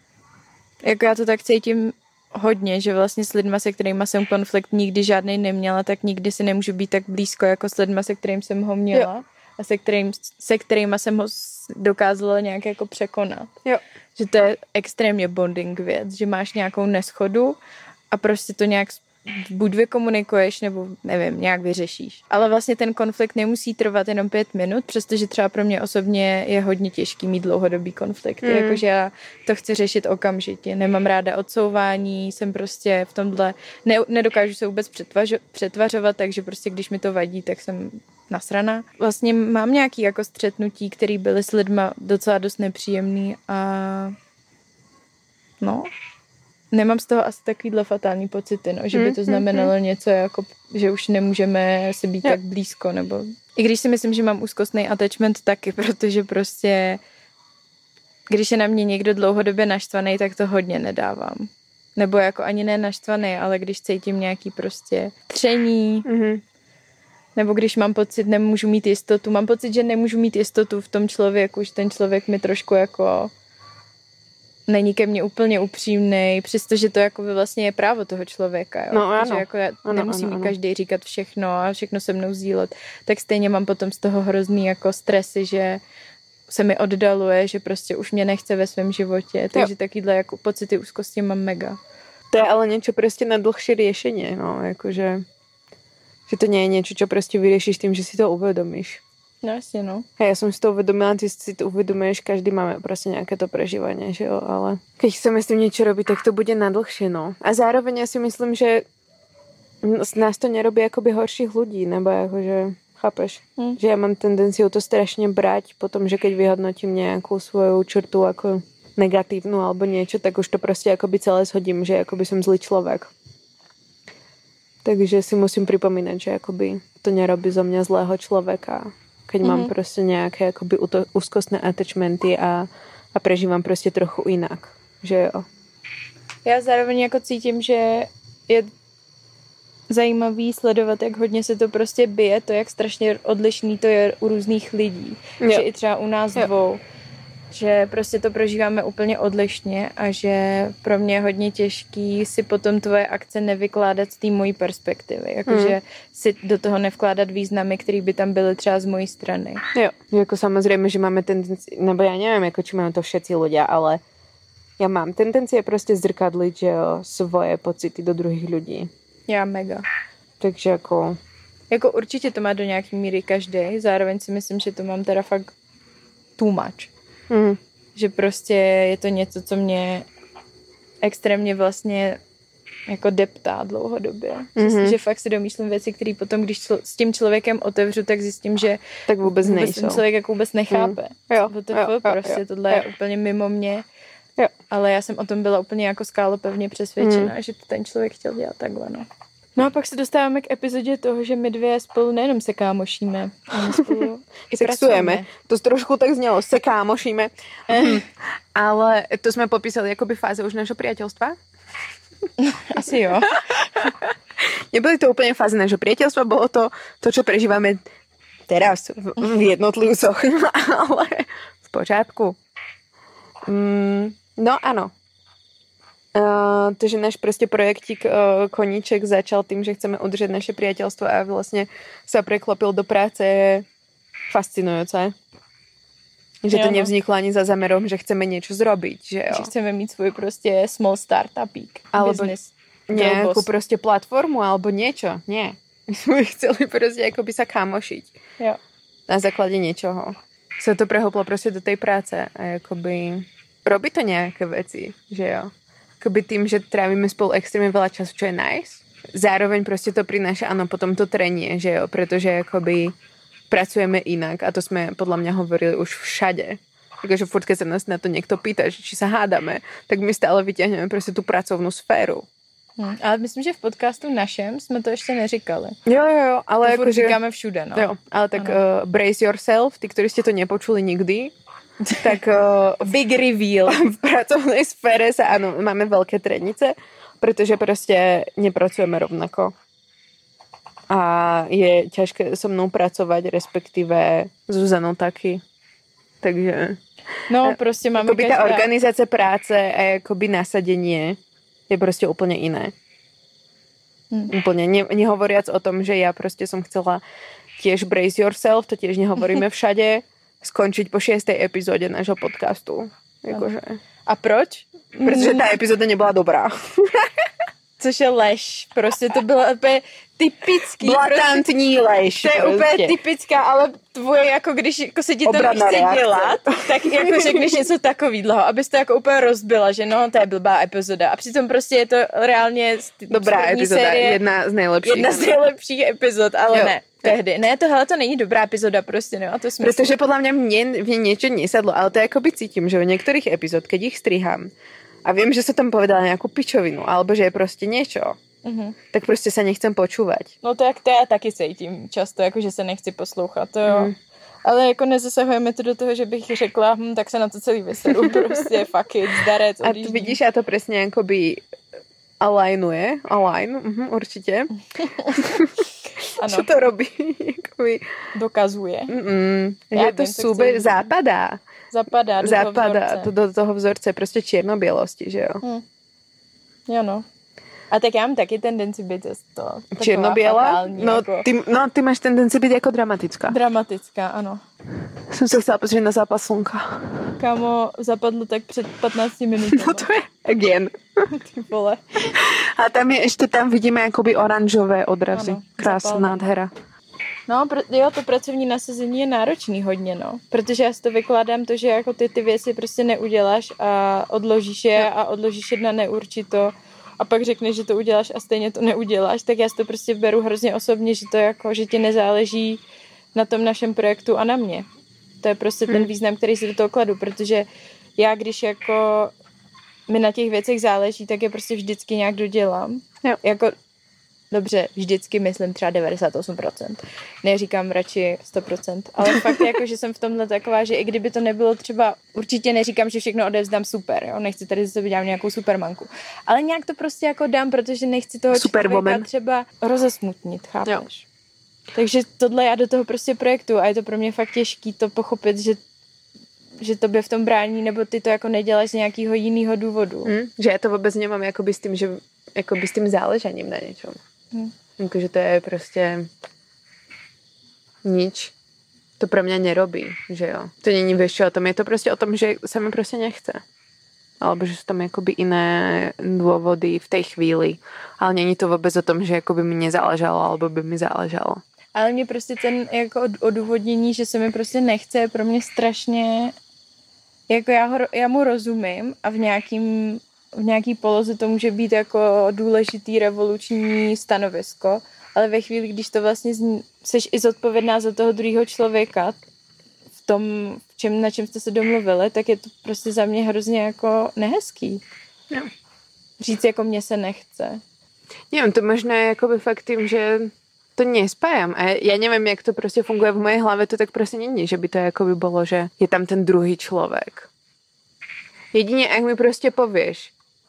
Speaker 1: jako já to tak cítím hodně, že vlastně s lidma, se kterýma jsem konflikt nikdy žádnej neměla, tak nikdy si nemůžu být tak blízko jako s lidma, se kterým jsem ho měla
Speaker 2: Jo.
Speaker 1: a se, kterým, se kterýma jsem ho s- dokázala nějak jako překonat.
Speaker 2: Jo.
Speaker 1: Že to je extrémně bonding věc, že máš nějakou neschodu a prostě to nějak buď vykomunikuješ, nebo nevím, nějak vyřešíš. Ale vlastně ten konflikt nemusí trvat jenom pět minut, přestože třeba pro mě osobně je hodně těžký mít dlouhodobý konflikt. Mm. Jakože já to chci řešit okamžitě. Nemám ráda odsouvání, jsem prostě v tomhle, ne, nedokážu se vůbec přetvažo, přetvařovat, takže prostě když mi to vadí, tak jsem nasraná. Vlastně mám nějaký jako střetnutí, který byly s lidma docela dost nepříjemný a no... Nemám z toho asi takovýhle fatální pocity, no, že by to znamenalo mm, mm, něco jako, že už nemůžeme si být jo. tak blízko, nebo... I když si myslím, že mám úzkostný attachment taky, protože prostě když je na mě někdo dlouhodobě naštvaný, tak to hodně nedávám. Nebo jako ani ne naštvaný, ale když cítím nějaký prostě tření,
Speaker 2: Mm-hmm.
Speaker 1: nebo když mám pocit, nemůžu mít jistotu, mám pocit, že nemůžu mít jistotu v tom člověku, že ten člověk mi trošku jako... není ke mně úplně upřímnej, přestože to jako by vlastně je právo toho člověka, jo.
Speaker 2: No, ano.
Speaker 1: Takže jako já
Speaker 2: ano,
Speaker 1: nemusí
Speaker 2: ano,
Speaker 1: mi
Speaker 2: ano.
Speaker 1: každý říkat všechno a všechno se mnou sdílet. Tak stejně mám potom z toho hrozný jako stresy, že se mi oddaluje, že prostě už mě nechce ve svém životě. Takže jo. Takovýhle jako pocity úzkosti mám mega.
Speaker 2: To je ale niečo proste na dlhšie riešenie, no, akože Že to nie je niečo, čo proste vyriešiš tým, že si to uvedomíš.
Speaker 1: No jasne, no.
Speaker 2: A ja som si to uvedomila, ty si to uvedomuješ, každý máme proste nejaké to prežívanie, že jo, ale keď chceme s tým niečo robiť, tak to bude na dlhšie, no. A zároveň ja si myslím, že nás to nerobí akoby horších ľudí, nebo akože, chápeš? Hmm. Že ja mám tendenciu to strašne brať potom, že keď vyhodnotím nejakú svoju črtu ako negatívnu alebo niečo, tak už to proste akoby celé shodím, že akoby som zlý človek. Takže si musím pripomínať, že akoby to nerobí zo mňa zlého človeka. Keď mm-hmm. mám proste nejaké akoby úzkostné attachmenty a, a prežívam proste trochu inak. Že jo.
Speaker 1: Já zároveň jako cítím, že je zajímavý sledovat, jak hodně se to prostě bije, to, jak strašně odlišný to je u různých lidí. Jo. Že i třeba u nás jo. dvou. Že prostě to prožíváme úplně odlišně a že pro mě je hodně těžký si potom tvoje akce nevykládat z té mojí perspektivy. Jakože mm. si do toho nevkládat významy, které by tam byly třeba z mojí strany.
Speaker 2: Jo, jako samozřejmě, že máme tendenci, nebo já nevím, jako či máme to všetci ľudia, ale já mám tendencie prostě zrkadlit, že jo, svoje pocity do druhých lidí.
Speaker 1: Já mega.
Speaker 2: Takže jako...
Speaker 1: Jako určitě to má do nějaký míry každý, zároveň si myslím, že to mám teda fakt too much. Mm. Že prostě je to něco, co mě extrémně vlastně jako deptá dlouhodobě. Mm-hmm. Že fakt si domýšlím věci, které potom, když člo, s tím člověkem otevřu, tak zjistím, že
Speaker 2: tak vůbec, vůbec nejsou.
Speaker 1: Ten člověk jako vůbec nechápe.
Speaker 2: Mm. Jo,
Speaker 1: to
Speaker 2: jo, jo,
Speaker 1: prostě
Speaker 2: jo,
Speaker 1: tohle
Speaker 2: jo.
Speaker 1: je úplně mimo mě.
Speaker 2: Jo.
Speaker 1: Ale já jsem o tom byla úplně jako skálopevně přesvědčená, mm. že to ten člověk chtěl dělat takhle, no. No a pak se dostáváme k epizodě toho, že my dvě spolu nejenom se kámošíme, ale spolu i
Speaker 2: sexujeme. To trošku tak znělo, se kámošíme. Mm. Ale to jsme popísali jakoby fáze už našeho priateľstva?
Speaker 1: Asi jo.
Speaker 2: Nebyly to úplně fáze našeho priateľstva, bylo to to, čo prežíváme teraz v, v jednotlivcoch, ale v pořádku. Mm, no ano. Uh, takže náš prostě projektík uh, Koníček začal tým, že chceme udržet naše priateľstvo a vlastně sa preklopil do práce fascinujúce. Že to nevzniklo ani za zámerom, že chceme niečo zrobiť, že jo.
Speaker 1: Že chceme mít svůj prostě small startupík.
Speaker 2: Alebo
Speaker 1: business.
Speaker 2: Nejakú prostě platformu alebo niečo. Nie. My sme chceli prostě akoby sa kámošiť.
Speaker 1: Jo.
Speaker 2: Na základe niečoho. Sa to prehoplo prostě do tej práce a akoby robí to nejaké veci, že jo. Akoby tým, že trávime spolu extrémne veľa času, čo je nice. Zároveň prostě to prináša, ano, potom to trenie, že jo, pretože akoby pracujeme inak a to sme podľa mňa hovorili už všade. Takže furt, keď sa nás na to niekto pýta, že či sa hádame, tak my stále vyťahneme prostě tu pracovnú sféru.
Speaker 1: Hmm, ale myslím, že v podcastu našem jsme to ještě neříkali.
Speaker 2: Jo, jo, jo. Ale
Speaker 1: to
Speaker 2: jako,
Speaker 1: furt
Speaker 2: že...
Speaker 1: říkáme všude, no.
Speaker 2: Jo, ale tak uh, brace yourself, tí, ktorí ste to nepočuli nikdy, tak uh,
Speaker 1: big reveal.
Speaker 2: V pracovnej sfére sa, áno, máme veľké trenice, pretože prostě nepracujeme rovnako. A je ťažké so mnou pracovať, respektíve Zuzanou taky. Takže...
Speaker 1: No, prostě máme
Speaker 2: akoby každá... tá organizácia práce a jakoby nasadenie je prostě úplně iné. Hmm. Úplně. Ne, nehovoriac o tom, že ja prostě som chcela tiež brace yourself, to tiež nehovoríme všade, skončiť po šiestej epizóde nášho podcastu. Jakože.
Speaker 1: A proč?
Speaker 2: Protože ta epizoda nebyla dobrá.
Speaker 1: Což je lež. Prostě to bylo úplně typický.
Speaker 2: Blatantní
Speaker 1: prostě,
Speaker 2: lež.
Speaker 1: To je prostě úplně typická, ale tvoje, jako když jako se ti to nechce dělat, tak jako řekneš něco takovýhleho, abys to jako úplně rozbila, že no, to je blbá epizoda. A přitom prostě je to reálně
Speaker 2: dobrá epizoda, série, jedna z nejlepších.
Speaker 1: Jedna z nejlepších epizod, ale jo. ne. Tehdy. Ne, tohle to není dobrá epizoda prostě, no a to smysl.
Speaker 2: Protože podle mě mě, mě niečo nesadlo, ale to jakoby cítím, že v některých epizod, keď ich strihám a vím, že sa tam povedala nějakou pičovinu, alebo že je prostě niečo, mm-hmm. tak prostě sa nechcem počúvať.
Speaker 1: No to jak to já taky cítím často, jako že se nechci poslouchat, to jo. Mm. Ale jako nezasahujeme to do toho, že bych řekla, hm, tak se na to celý vyseru, prostě fuck it, zdarec,
Speaker 2: odjíždím. A to vidíš, a to přesně jakoby alignuje, align, uh-huh, určitě. Co to robí? Jakoby...
Speaker 1: Dokazuje.
Speaker 2: Mm-mm. Že to súbe zapadá.
Speaker 1: Zapadá do
Speaker 2: zapadá
Speaker 1: toho vzorce.
Speaker 2: To do toho vzorce, prostě černobělosti, že jo?
Speaker 1: Hm. Jo no. A tak já mám taky tendenci být to.
Speaker 2: Černoběla? No, jako... ty, no, ty máš tendenci být jako dramatická.
Speaker 1: Dramatická, ano.
Speaker 2: Jsem se chcela pozrieť na zápas slnka.
Speaker 1: Kámo, zapadlo tak před patnácti minutami.
Speaker 2: No to je again.
Speaker 1: Ty vole.
Speaker 2: A tam je, ešte tam vidíme akoby oranžové odrazy. Krásná nádhera.
Speaker 1: No, pr- jo, to pracovní nasazení je náročný hodně, no. Protože já si to vykládám to, že jako ty ty věci prostě neuděláš a odložíš je a odložíš je na neurčito a pak řekneš, že to uděláš a stejně to neuděláš, tak já si to prostě beru hrozně osobně, že to jako, že ti nezáleží na tom našem projektu a na mě. To je prostě ten význam, který si do toho kladu, protože já, když jako mi na těch věcech záleží, tak je prostě vždycky nějak dodělám. Jo. Jako, dobře, vždycky myslím třeba devadesát osm procent. Neříkám radši sto procent. Ale fakt je jako, že jsem v tomhle taková, že i kdyby to nebylo třeba, určitě neříkám, že všechno odevzdám super, jo? Nechci tady zase dělat nějakou supermanku. Ale nějak to prostě jako dám, protože nechci toho člověka třeba rozesmutnit, chápeš? Jo. Takže tohle já do toho prostě projektu a je to pro mě fakt těžký to pochopit, že že tobě v tom brání, nebo ty to jako neděláš z nějakého jiného důvodu.
Speaker 2: Mm, že já to vůbec nemám jakoby s tím, že jakoby s tím záležením na něčom. Mm. Jakože to je prostě nič. To pro mě nerobí, že jo. To není věc o tom. Je to prostě o tom, že se mi prostě nechce. Alebo že jsou tam jakoby jiné důvody v té chvíli. Ale není to vůbec o tom, že jakoby mi nezáležalo, alebo by mi záležalo.
Speaker 1: Ale mě prostě ten jako odůvodnění, že se mi prostě nechce, je pro mě strašně jako já, ho, já mu rozumím a v nějakým v nějaký poloze to může být jako důležitý revoluční stanovisko, ale ve chvíli, když to vlastně seš i zodpovědná za toho druhého člověka v tom, v čem, na čem jste se domluvili, tak je to prostě za mě hrozně jako nehezký. No. Říct jako mně se nechce.
Speaker 2: Nevím, to možná je jakoby fakt tím, že to nespájam. A ja neviem, jak to proste funguje v mojej hlave, to tak proste není, že by to jakoby bolo, že je tam ten druhý človek. Jedine, ak mi proste povieš,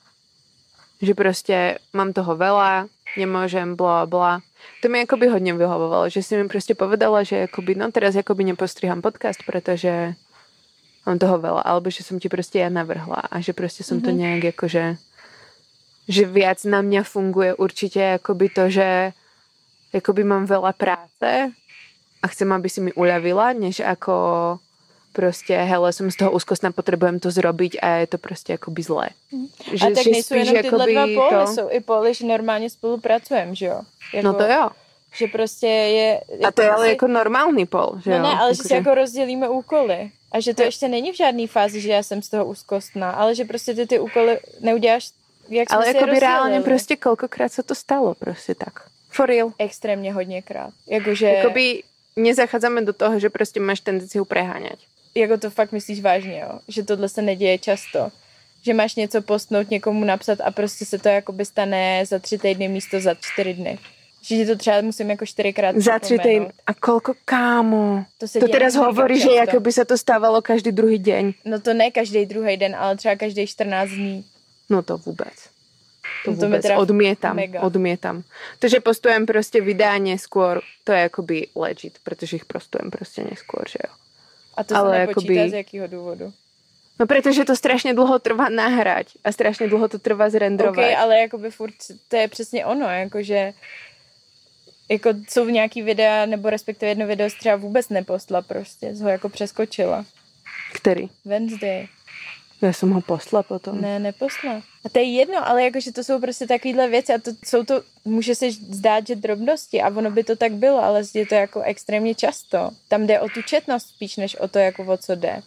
Speaker 2: že proste mám toho veľa, nemôžem, bla, bla. To mi akoby hodne vyhovovalo, že si mi proste povedala, že akoby, no teraz akoby nepostriham podcast, pretože mám toho veľa, alebo že som ti proste ja navrhla a že proste som mm-hmm. to nejak akože, že viac na mňa funguje určite akoby to, že jakoby mám veľa práce a chcem, aby si mi uľavila, než ako proste, hele, som z toho úzkostná, potrebujem to zrobiť a je to proste akoby zlé.
Speaker 1: Že, a tak že nejsou jenom tyhle dva póly, to... jsou i póly, že normálně spolupracujeme, že jo? Jako,
Speaker 2: no to jo.
Speaker 1: Že prostě je...
Speaker 2: A to je ale jako normální pól, že
Speaker 1: no
Speaker 2: jo?
Speaker 1: No ne, ale
Speaker 2: jako
Speaker 1: že si jako rozdělíme úkoly. A že to jo. Ještě není v žádný fázi, že já jsem z toho úzkostná, ale že prostě ty ty úkoly neuděláš, jak jsme
Speaker 2: ale
Speaker 1: si je
Speaker 2: rozdělili. Ale reálně prostě kolikrát se to stalo, prostě tak. For real.
Speaker 1: Extrémně hodněkrát. Jakože...
Speaker 2: Jakoby nezachádzame do toho, že prostě máš tendenci preháňať.
Speaker 1: Jako to fakt myslíš vážně, jo? Že tohle se neděje často. Že máš něco postnout, někomu napsat a prostě se to jakoby stane za tři týdny místo za čtyři dny. Že ti to třeba musím jako čtyřikrát
Speaker 2: za tři týdny. A kolko, kámo? To, to teraz hovorí, že jakoby se to stávalo každý druhý deň.
Speaker 1: No to ne každý druhý den, ale třeba každý čtrnáct dní.
Speaker 2: No to vůbec. To vůbec to odmietam, mega. odmietam. To, že postujem prostě vydá neskôr, to je jakoby legit, protože ich postujem prostě neskôr, že jo.
Speaker 1: A to ale se nepočítá jakoby... z jakého důvodu?
Speaker 2: No protože to strašně dlouho trvá nahrať a strašně dlouho to trvá zrendrovat.
Speaker 1: Ok, ale jakoby furt, to je přesně ono, jakože jako jsou nějaký videa, nebo respektive jedno video třeba vůbec nepostla prostě, ho jako přeskočila.
Speaker 2: Který?
Speaker 1: Wednesday.
Speaker 2: Já jsem ho posla potom.
Speaker 1: Ne, neposla. A to je jedno, ale jakože to jsou prostě takovýhle věci a to jsou to, může se zdát, že drobnosti a ono by to tak bylo, ale je to jako extrémně často. Tam jde o tu četnost spíš, než o to, jako o co jde.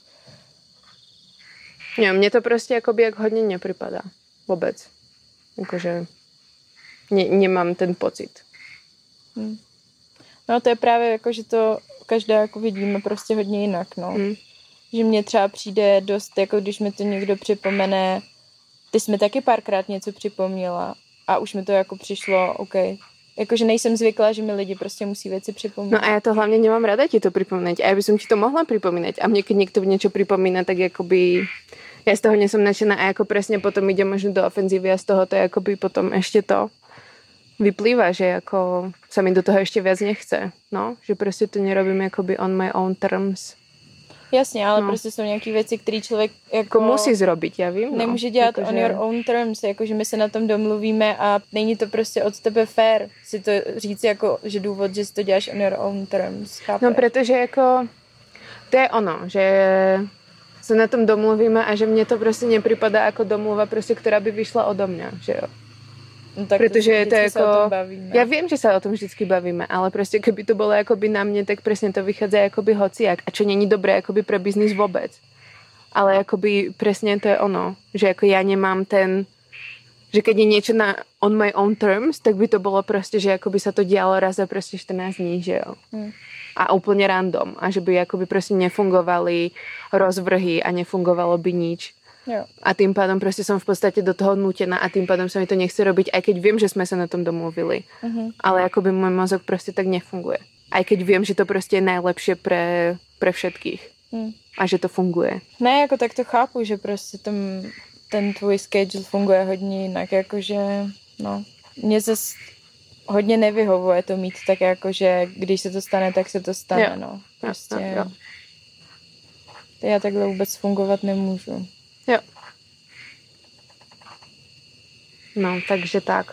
Speaker 2: Jo, mně to prostě jakoby jak hodně nepripadá. Vůbec. Jakože ne, nemám ten pocit.
Speaker 1: Hmm. No to je právě jako, že to každá jako vidíme prostě hodně jinak, no. Hmm. Že mně třeba přijde dost, jako když mi to někdo připomene, ty jsi mi taky párkrát něco připomněla a už mi to jako přišlo, OK. Jakože nejsem zvyklá, že mi lidi prostě musí věci připomínat.
Speaker 2: No a já to hlavně nemám ráda ti to připomínat. A já bych ti to mohla připomínat. A mně, keď někdo něco připomíná, tak jakoby já z toho nejsem nadšená a jako presne potom ide možno do ofenzívy a z toho to jakoby potom ešte to vyplýva, že jako sa mi do toho ešte viac nechce. No, že prostě to nerobím jakoby on my own terms.
Speaker 1: Jasně, ale no. prostě jsou nějaký věci, které člověk jako...
Speaker 2: musí zrobit, já vím. No.
Speaker 1: Nemůže dělat
Speaker 2: jako,
Speaker 1: on
Speaker 2: že...
Speaker 1: your own terms, jakože my se na tom domluvíme a není to prostě od tebe fair si to říct jako, že důvod, že si to děláš on your own terms, chápeš?
Speaker 2: No, protože jako to je ono, že se na tom domluvíme a že mně to prostě nepřipadá jako domluva, prostě, která by vyšla odo mě, že jo.
Speaker 1: No, tak
Speaker 2: protože je to jako...
Speaker 1: Ja
Speaker 2: viem, že sa o tom vždycky bavíme, ale proste keby to bolo akoby na mne, tak presne to vychádza akoby hociak. A čo není dobré akoby pre biznis vôbec. Ale akoby presne to je ono, že ako ja nemám ten, že keď je niečo na on my own terms, tak by to bolo proste, že akoby sa to dialo raz za proste štrnásť dní, že jo. Hmm. A úplne random. A že by akoby proste nefungovali rozvrhy a nefungovalo by nič. Jo. A tým pádom proste som v podstate do toho nútená a tým pádom sa mi to nechce robiť, aj keď viem, že sme sa na tom domluvili. Uh-huh. Ale akoby môj mozog proste tak nefunguje. Aj keď viem, že to proste je najlepšie pre, pre všetkých. Uh-huh. A že to funguje.
Speaker 1: Ne, jako tak to chápu, že prostě ten, ten tvůj schedule funguje hodně jinak, jakože, no, mně zase hodně nevyhovuje to mít tak jako, že když se to stane, tak se to stane, jo. no. Prostě jo, jo. Já takhle vůbec fungovat nemůžu.
Speaker 2: Jo. No, takže tak.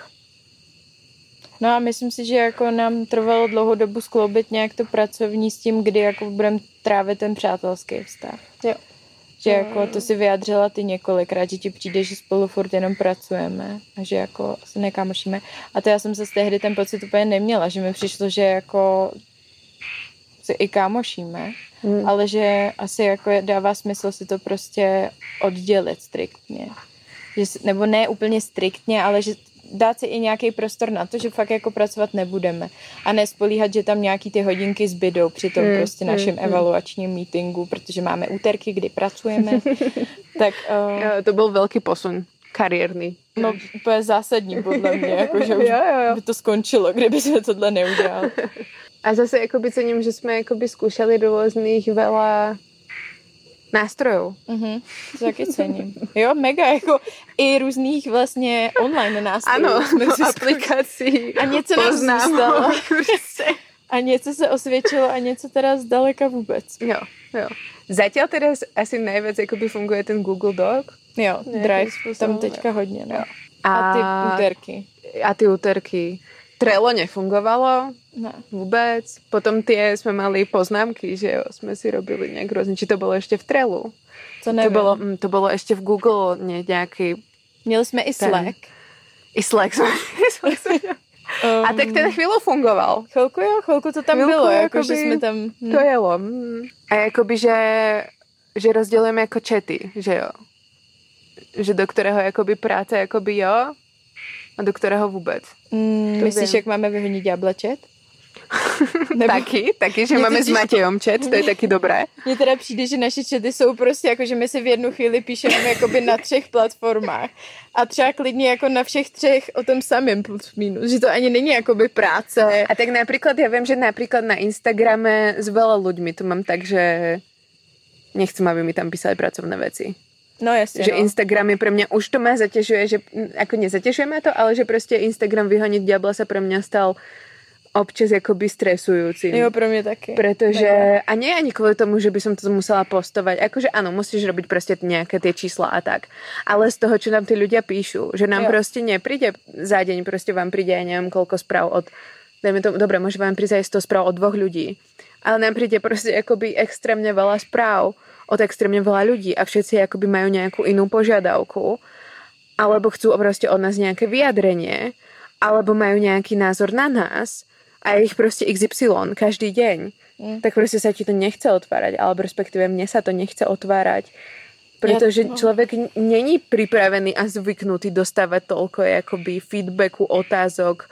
Speaker 1: No a myslím si, že jako nám trvalo dlouhou dobu skloubit nějak to pracovní s tím, kdy jako budeme trávit ten přátelský vztah.
Speaker 2: Jo.
Speaker 1: Že jako to si vyjádřila ty několikrát, že ti přijde, že spolu furt jenom pracujeme a že jako se nekámošíme. A to já jsem se z tehdy ten pocit úplně neměla, že mi přišlo, že jako se i kámošíme, hmm. ale že asi jako dává smysl si to prostě oddělit striktně. Že, nebo ne úplně striktně, ale že dát si i nějaký prostor na to, že fakt jako pracovat nebudeme. A nespolíhat, že tam nějaký ty hodinky zbydou při tom hmm. prostě našem hmm. evaluačním meetingu, protože máme úterky, kdy pracujeme. tak, uh,
Speaker 2: jo, to byl velký posun kariérny.
Speaker 1: No, úplně zásadní podle mě, jako, že už jo, jo, jo. by to skončilo, kdyby jsme tohle neudělali.
Speaker 2: A zase jakoby cením, že jsme jakoby zkoušeli různých veľa nástrojů.
Speaker 1: Mhm, to taky cením. Jo, mega, jako i různých vlastně online nástrojů.
Speaker 2: Ano, aplikací.
Speaker 1: A něco nám zůstalo. A něco se osvědčilo a něco teda zdaleka vůbec.
Speaker 2: Jo, jo. Zatiaľ teda asi nejvíc jakoby funguje ten Google Doc.
Speaker 1: Jo, Drive, tam teďka hodně, no.
Speaker 2: A,
Speaker 1: a ty úterky.
Speaker 2: A ty úterky. Trello nefungovalo
Speaker 1: ne.
Speaker 2: vůbec. Potom tie jsme mali poznámky, že jo, jsme si robili nějak různě. Či to bylo ještě v Trellu?
Speaker 1: To nevím.
Speaker 2: To bylo, to bylo ještě v Google nějaký...
Speaker 1: Měli jsme i Slack.
Speaker 2: Ten, I Slack jsme um, A tak ten chvíli fungoval.
Speaker 1: Chvilku jo, chvilku to tam chvilku, bylo, jako, že jsme tam...
Speaker 2: Hm. To jelo. Hm. A jakoby, že, že rozdělujeme jako chaty, že jo. Že do kterého jakoby práce jakoby jo, a do kterého vůbec.
Speaker 1: Mm, myslíš, jak máme vyhodnit ďábla chat?
Speaker 2: Nebo... taky, taky, že máme totiž... s Matějom chat, to je taky dobré.
Speaker 1: Mně teda přijde, že naše chaty jsou prostě jako, že my si v jednu chvíli píšeme jakoby na třech platformách a třeba klidně jako na všech třech o tom samém plus minus, že to ani není jakoby práce.
Speaker 2: A tak například, já vím, že například na Instagrame s veľa ľuďmi to mám tak, že nechcem, aby mi tam písali pracovné věci.
Speaker 1: No jasně,
Speaker 2: že
Speaker 1: no.
Speaker 2: Instagram je pro mě, už to mě zatěžuje, že jako nezatěžujeme to, ale že prostě Instagram vyhonit diabla se pro mě stal občas jakoby stresujúcim.
Speaker 1: Jo, pro mě taky.
Speaker 2: Protože, taky. A nie ani kvůli tomu, že by som to musela postovať, akože áno, musíš robiť prostě nějaké tie čísla a tak, ale z toho, čo nám ty ľudia píšu, že nám jo. prostě nepríde za deň, prostě vám príde, ja neviem, koľko správ od, dajme to, dobre, môže vám prísť aj sto správ od dvoch ľudí, ale nám príde prostě jakoby extrémne veľa správ od extrémne veľa ľudí a všetci akoby majú nejakú inú požiadavku, alebo chcú prostě od nás nejaké vyjadrenie, alebo majú nejaký názor na nás a je ich prostě iks ypsilon každý deň, mm. tak prostě sa ti to nechce otvárať, alebo respektíve mne sa to nechce otvárať, pretože ja, no. človek není pripravený a zvyknutý dostávať toľko jakoby feedbacku, otázok,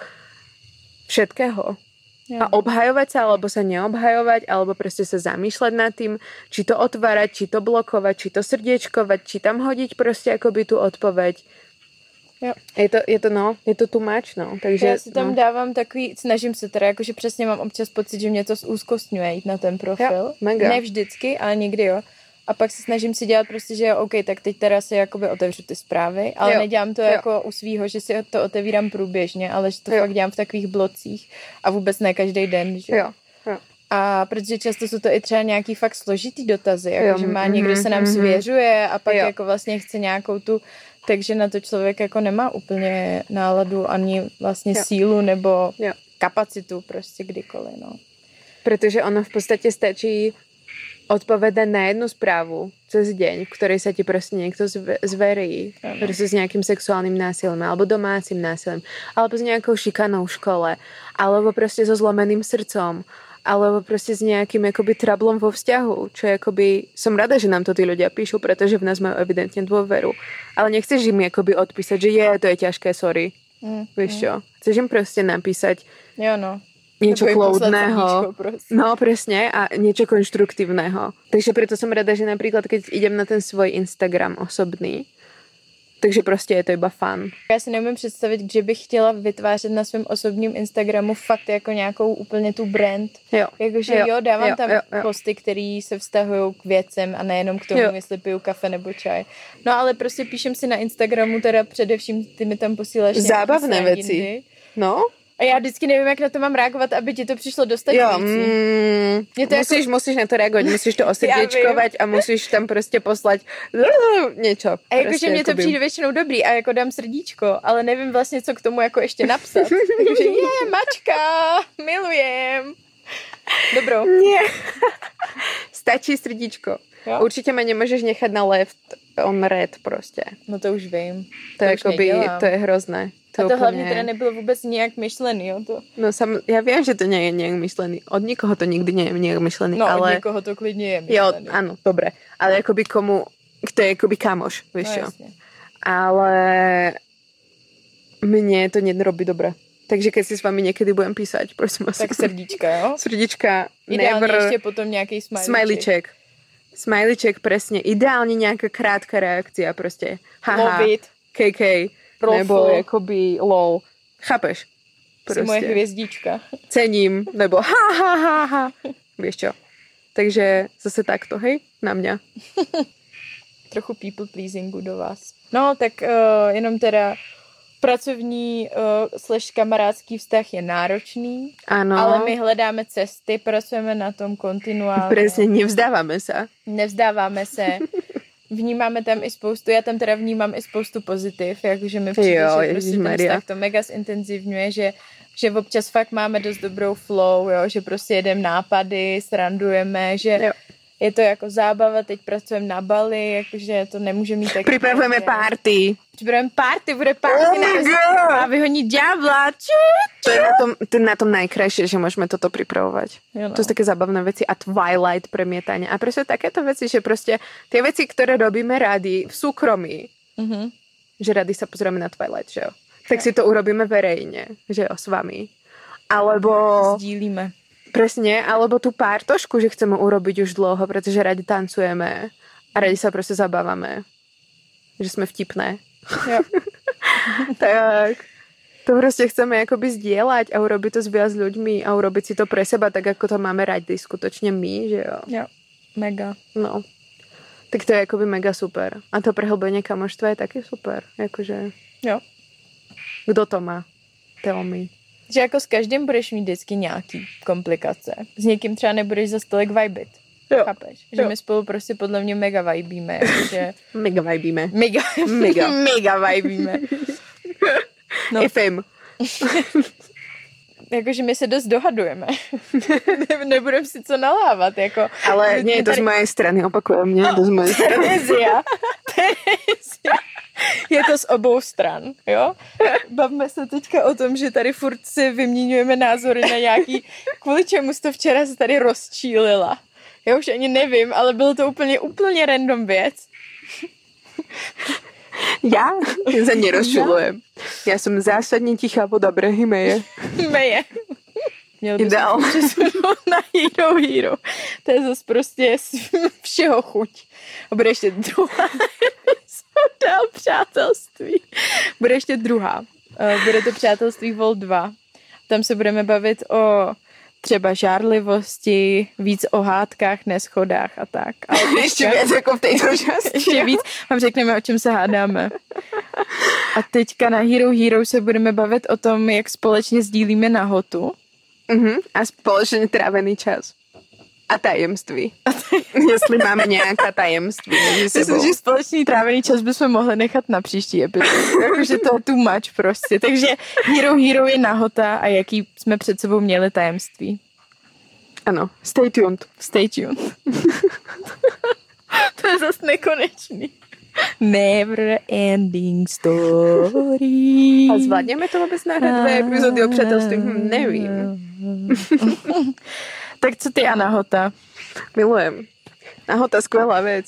Speaker 2: všetkého. Ja. A obhajovať sa, alebo sa neobhajovať, alebo prostě sa zamýšľať nad tým, či to otvárať, či to blokovať, či to srdiečkovať, či tam hodiť prostě akoby tu odpoveď. Jo. Je to, je to, no, je to too much, no. Takže,
Speaker 1: já si tam
Speaker 2: no.
Speaker 1: dávám takový, snažím se teda, jakože přesně mám občas pocit, že mě to zúzkostňuje jít na ten profil.
Speaker 2: Jo, mega.
Speaker 1: Ne vždycky, ale někdy jo. A pak se snažím si dělat prostě, že jo, OK, tak teď teda si jakoby otevřu ty zprávy, ale jo. nedělám to jo. jako u svýho, že si to otevírám průběžně, ale že to jo. fakt dělám v takových blocích a vůbec ne každý den, že
Speaker 2: jo. jo.
Speaker 1: A protože často jsou to i třeba nějaký fakt složitý dotazy, jako že má někdo se nám svěřuje a pak jo. jako vlastně chce nějakou tu, takže na to člověk jako nemá úplně náladu ani vlastně jo. sílu nebo jo. kapacitu prostě kdykoliv, no.
Speaker 2: Protože ono v podstatě stačí odpovedať na jednu správu cez deň, v ktorej sa ti proste niekto zverí, proste s nejakým sexuálnym násilím, alebo domácim násilím, alebo s nejakou šikanou v škole, alebo proste so zlomeným srdcom, alebo proste s nejakým akoby trablom vo vzťahu, čo je akoby, som rada, že nám to tí ľudia píšu, pretože v nás majú evidentne dôveru, ale nechceš im akoby odpísať, že je, to je ťažké, sorry. Mm, Víš mm. čo? Chceš im proste napísať
Speaker 1: jo, no.
Speaker 2: niečo kľudného. No, presne. A niečo konštruktívneho. Takže preto som rada, že napríklad, keď idem na ten svoj Instagram osobný, takže prostě je to iba fun.
Speaker 1: Já si neumím představit, že bych chtěla vytvářet na svém osobním Instagramu fakt jako nějakou úplně tu brand.
Speaker 2: Jo.
Speaker 1: Jakože jo, jo, dávám jo, tam jo, jo. posty, které se vztahují k věcem a nejenom k tomu, jo. jestli piju kafe nebo čaj. No ale prostě píšem si na Instagramu, teda především ty mi tam posíláš
Speaker 2: zábavné věci. No.
Speaker 1: A já vždycky nevím, jak na to mám reagovat, aby ti to přišlo dostačující.
Speaker 2: Mm, musíš, jako... musíš na to reagovat, musíš to osrdečkovat a musíš tam prostě poslat něco.
Speaker 1: A jakože prostě, mě to přijde většinou dobrý a jako dám srdíčko, ale nevím vlastně, co k tomu jako ještě napsat. Takže je, mačka, milujem. Dobrou.
Speaker 2: Nie. Stačí srdíčko. Jo? Určitě mě nemůžeš nechat na left on red prostě.
Speaker 1: No to už vím.
Speaker 2: To, to, jakoby, to je hrozné.
Speaker 1: To a to úplně... hlavně teda nebylo vůbec nijak myšlený, jo? To...
Speaker 2: No sam, já vím, že to nie je nějak myšlený. Od nikoho to nikdy nie je nějak myšlený,
Speaker 1: no,
Speaker 2: ale...
Speaker 1: od nikoho to klidně je myšlený.
Speaker 2: Jo, ano, dobré. Ale jakoby komu... To je jakoby kamoš, víš no, jo? Ale... Mně to nerobí dobré. Takže keď si s vámi někdy budem písať, prosím vás.
Speaker 1: Tak srdíčka, jo?
Speaker 2: Srdíčka.
Speaker 1: Ideálně
Speaker 2: never...
Speaker 1: ještě potom nějaký smajlíček.
Speaker 2: Smajlíček. Smajlíček, presne. Ideálně nějaká krátká reakcia, prostě. Haha.
Speaker 1: Lovit.
Speaker 2: K K. Rofl. Nebo jakoby lol. Chápeš?
Speaker 1: Prostě. Jsi moje hvězdička.
Speaker 2: Cením. Nebo ha, ha, ha, ha. Víš čo? Takže zase takto, hej? Na mě.
Speaker 1: Trochu people pleasingu do vás. No, tak uh, jenom teda pracovní uh, slash kamarádský vztah je náročný.
Speaker 2: Ano.
Speaker 1: Ale my hledáme cesty, pracujeme na tom kontinuálně.
Speaker 2: Presne, nevzdáváme se.
Speaker 1: Nevzdáváme se. Vnímáme tam i spoustu, já tam teda vnímám i spoustu pozitiv, jakože mi přijde, jo, že prostě ten vztah to mega zintenzivňuje, že, že občas fakt máme dost dobrou flow, jo, že prostě jedeme nápady, srandujeme, že jo. Je to jako zábava, teď pracujeme na Bali, jakože to nemůže mít tak...
Speaker 2: Připravujeme party.
Speaker 1: Připravujeme party, bude party
Speaker 2: oh
Speaker 1: a vyhoní ďábla.
Speaker 2: To je na tom, to je na tom najkrajšie, že môžeme toto pripravovať. No. To sú také zábavné veci a Twilight premietanie. A proste takéto veci, že proste tie veci, ktoré robíme radi v súkromí, mm-hmm. že radi sa pozrieme na Twilight, že jo? Tak si to urobíme verejne, že jo, s vami. Alebo...
Speaker 1: Sdílíme.
Speaker 2: Presne, alebo tú pártošku, že chceme urobiť už dlho, pretože radi tancujeme a radi sa proste zabávame. Že sme vtipné.
Speaker 1: Jo.
Speaker 2: Tak. To proste chceme akoby zdieľať a urobiť to s viac ľuďmi a urobiť si to pre seba tak, ako to máme radi skutočne my, že jo?
Speaker 1: Jo, mega.
Speaker 2: No. Tak to je akoby mega super. A to prehlbenie kamoštva je taky super. Jakože...
Speaker 1: Jo.
Speaker 2: Kdo to má? Tell me.
Speaker 1: Že jako s každým budeš mít vždycky nějaký komplikace. S někým třeba nebudeš za stolik vibit.
Speaker 2: Jo.
Speaker 1: Chápeš? Že jo. My spolu prostě podle mě mega vibíme. Že...
Speaker 2: Mega vibíme.
Speaker 1: Mega.
Speaker 2: Mega.
Speaker 1: Mega vibíme.
Speaker 2: No. F M.
Speaker 1: Jakože my se dost dohadujeme. ne, nebudem si co nalávat. Jako,
Speaker 2: ale nie je to tady... z mojej strany, opakujem, nie je to z mojej strany.
Speaker 1: Terezia. Terezia. Je to z obou stran, jo? Bavme se teďka o tom, že tady furt si vyměňujeme názory na nějaký, kvůli čemu jsi to včera se tady rozčílila. Já už ani nevím, ale bylo to úplně, úplně random věc.
Speaker 2: Já se nerozčilujem. Já jsem zásadně tichá, voda brehy meje.
Speaker 1: Meje. Měl by se přesunout na Hero Hero. To je zase prostě všeho chuť. A bude ještě druhá. Dál přátelství. Bude ještě druhá. Bude to přátelství Vol dva. Tam se budeme bavit o třeba žárlivosti, víc o hádkách, neschodách a tak.
Speaker 2: Ale ještě víc jako v této části.
Speaker 1: Ještě víc. Vám řekneme, o čem se hádáme. A teďka na Hero Hero se budeme bavit o tom, jak společně sdílíme nahotu.
Speaker 2: Uh-huh. A společně trávený čas. A tajemství. Jestli máme nějaká tajemství mezi sebou.
Speaker 1: Myslím, že společný trávený čas bychom mohli nechat na příští epizodu. Jakože to je too much prostě. Takže Hero Hero je nahota a jaký jsme před sebou měli tajemství.
Speaker 2: Ano, stay tuned.
Speaker 1: Stay tuned. To je zase nekonečný. Never ending story.
Speaker 2: A zvládněme to vůbec nahrát dvě epizody o přátelství? Hm, nevím.
Speaker 1: Tak co ty a nahota?
Speaker 2: Milujem. Nahota, skvělá věc.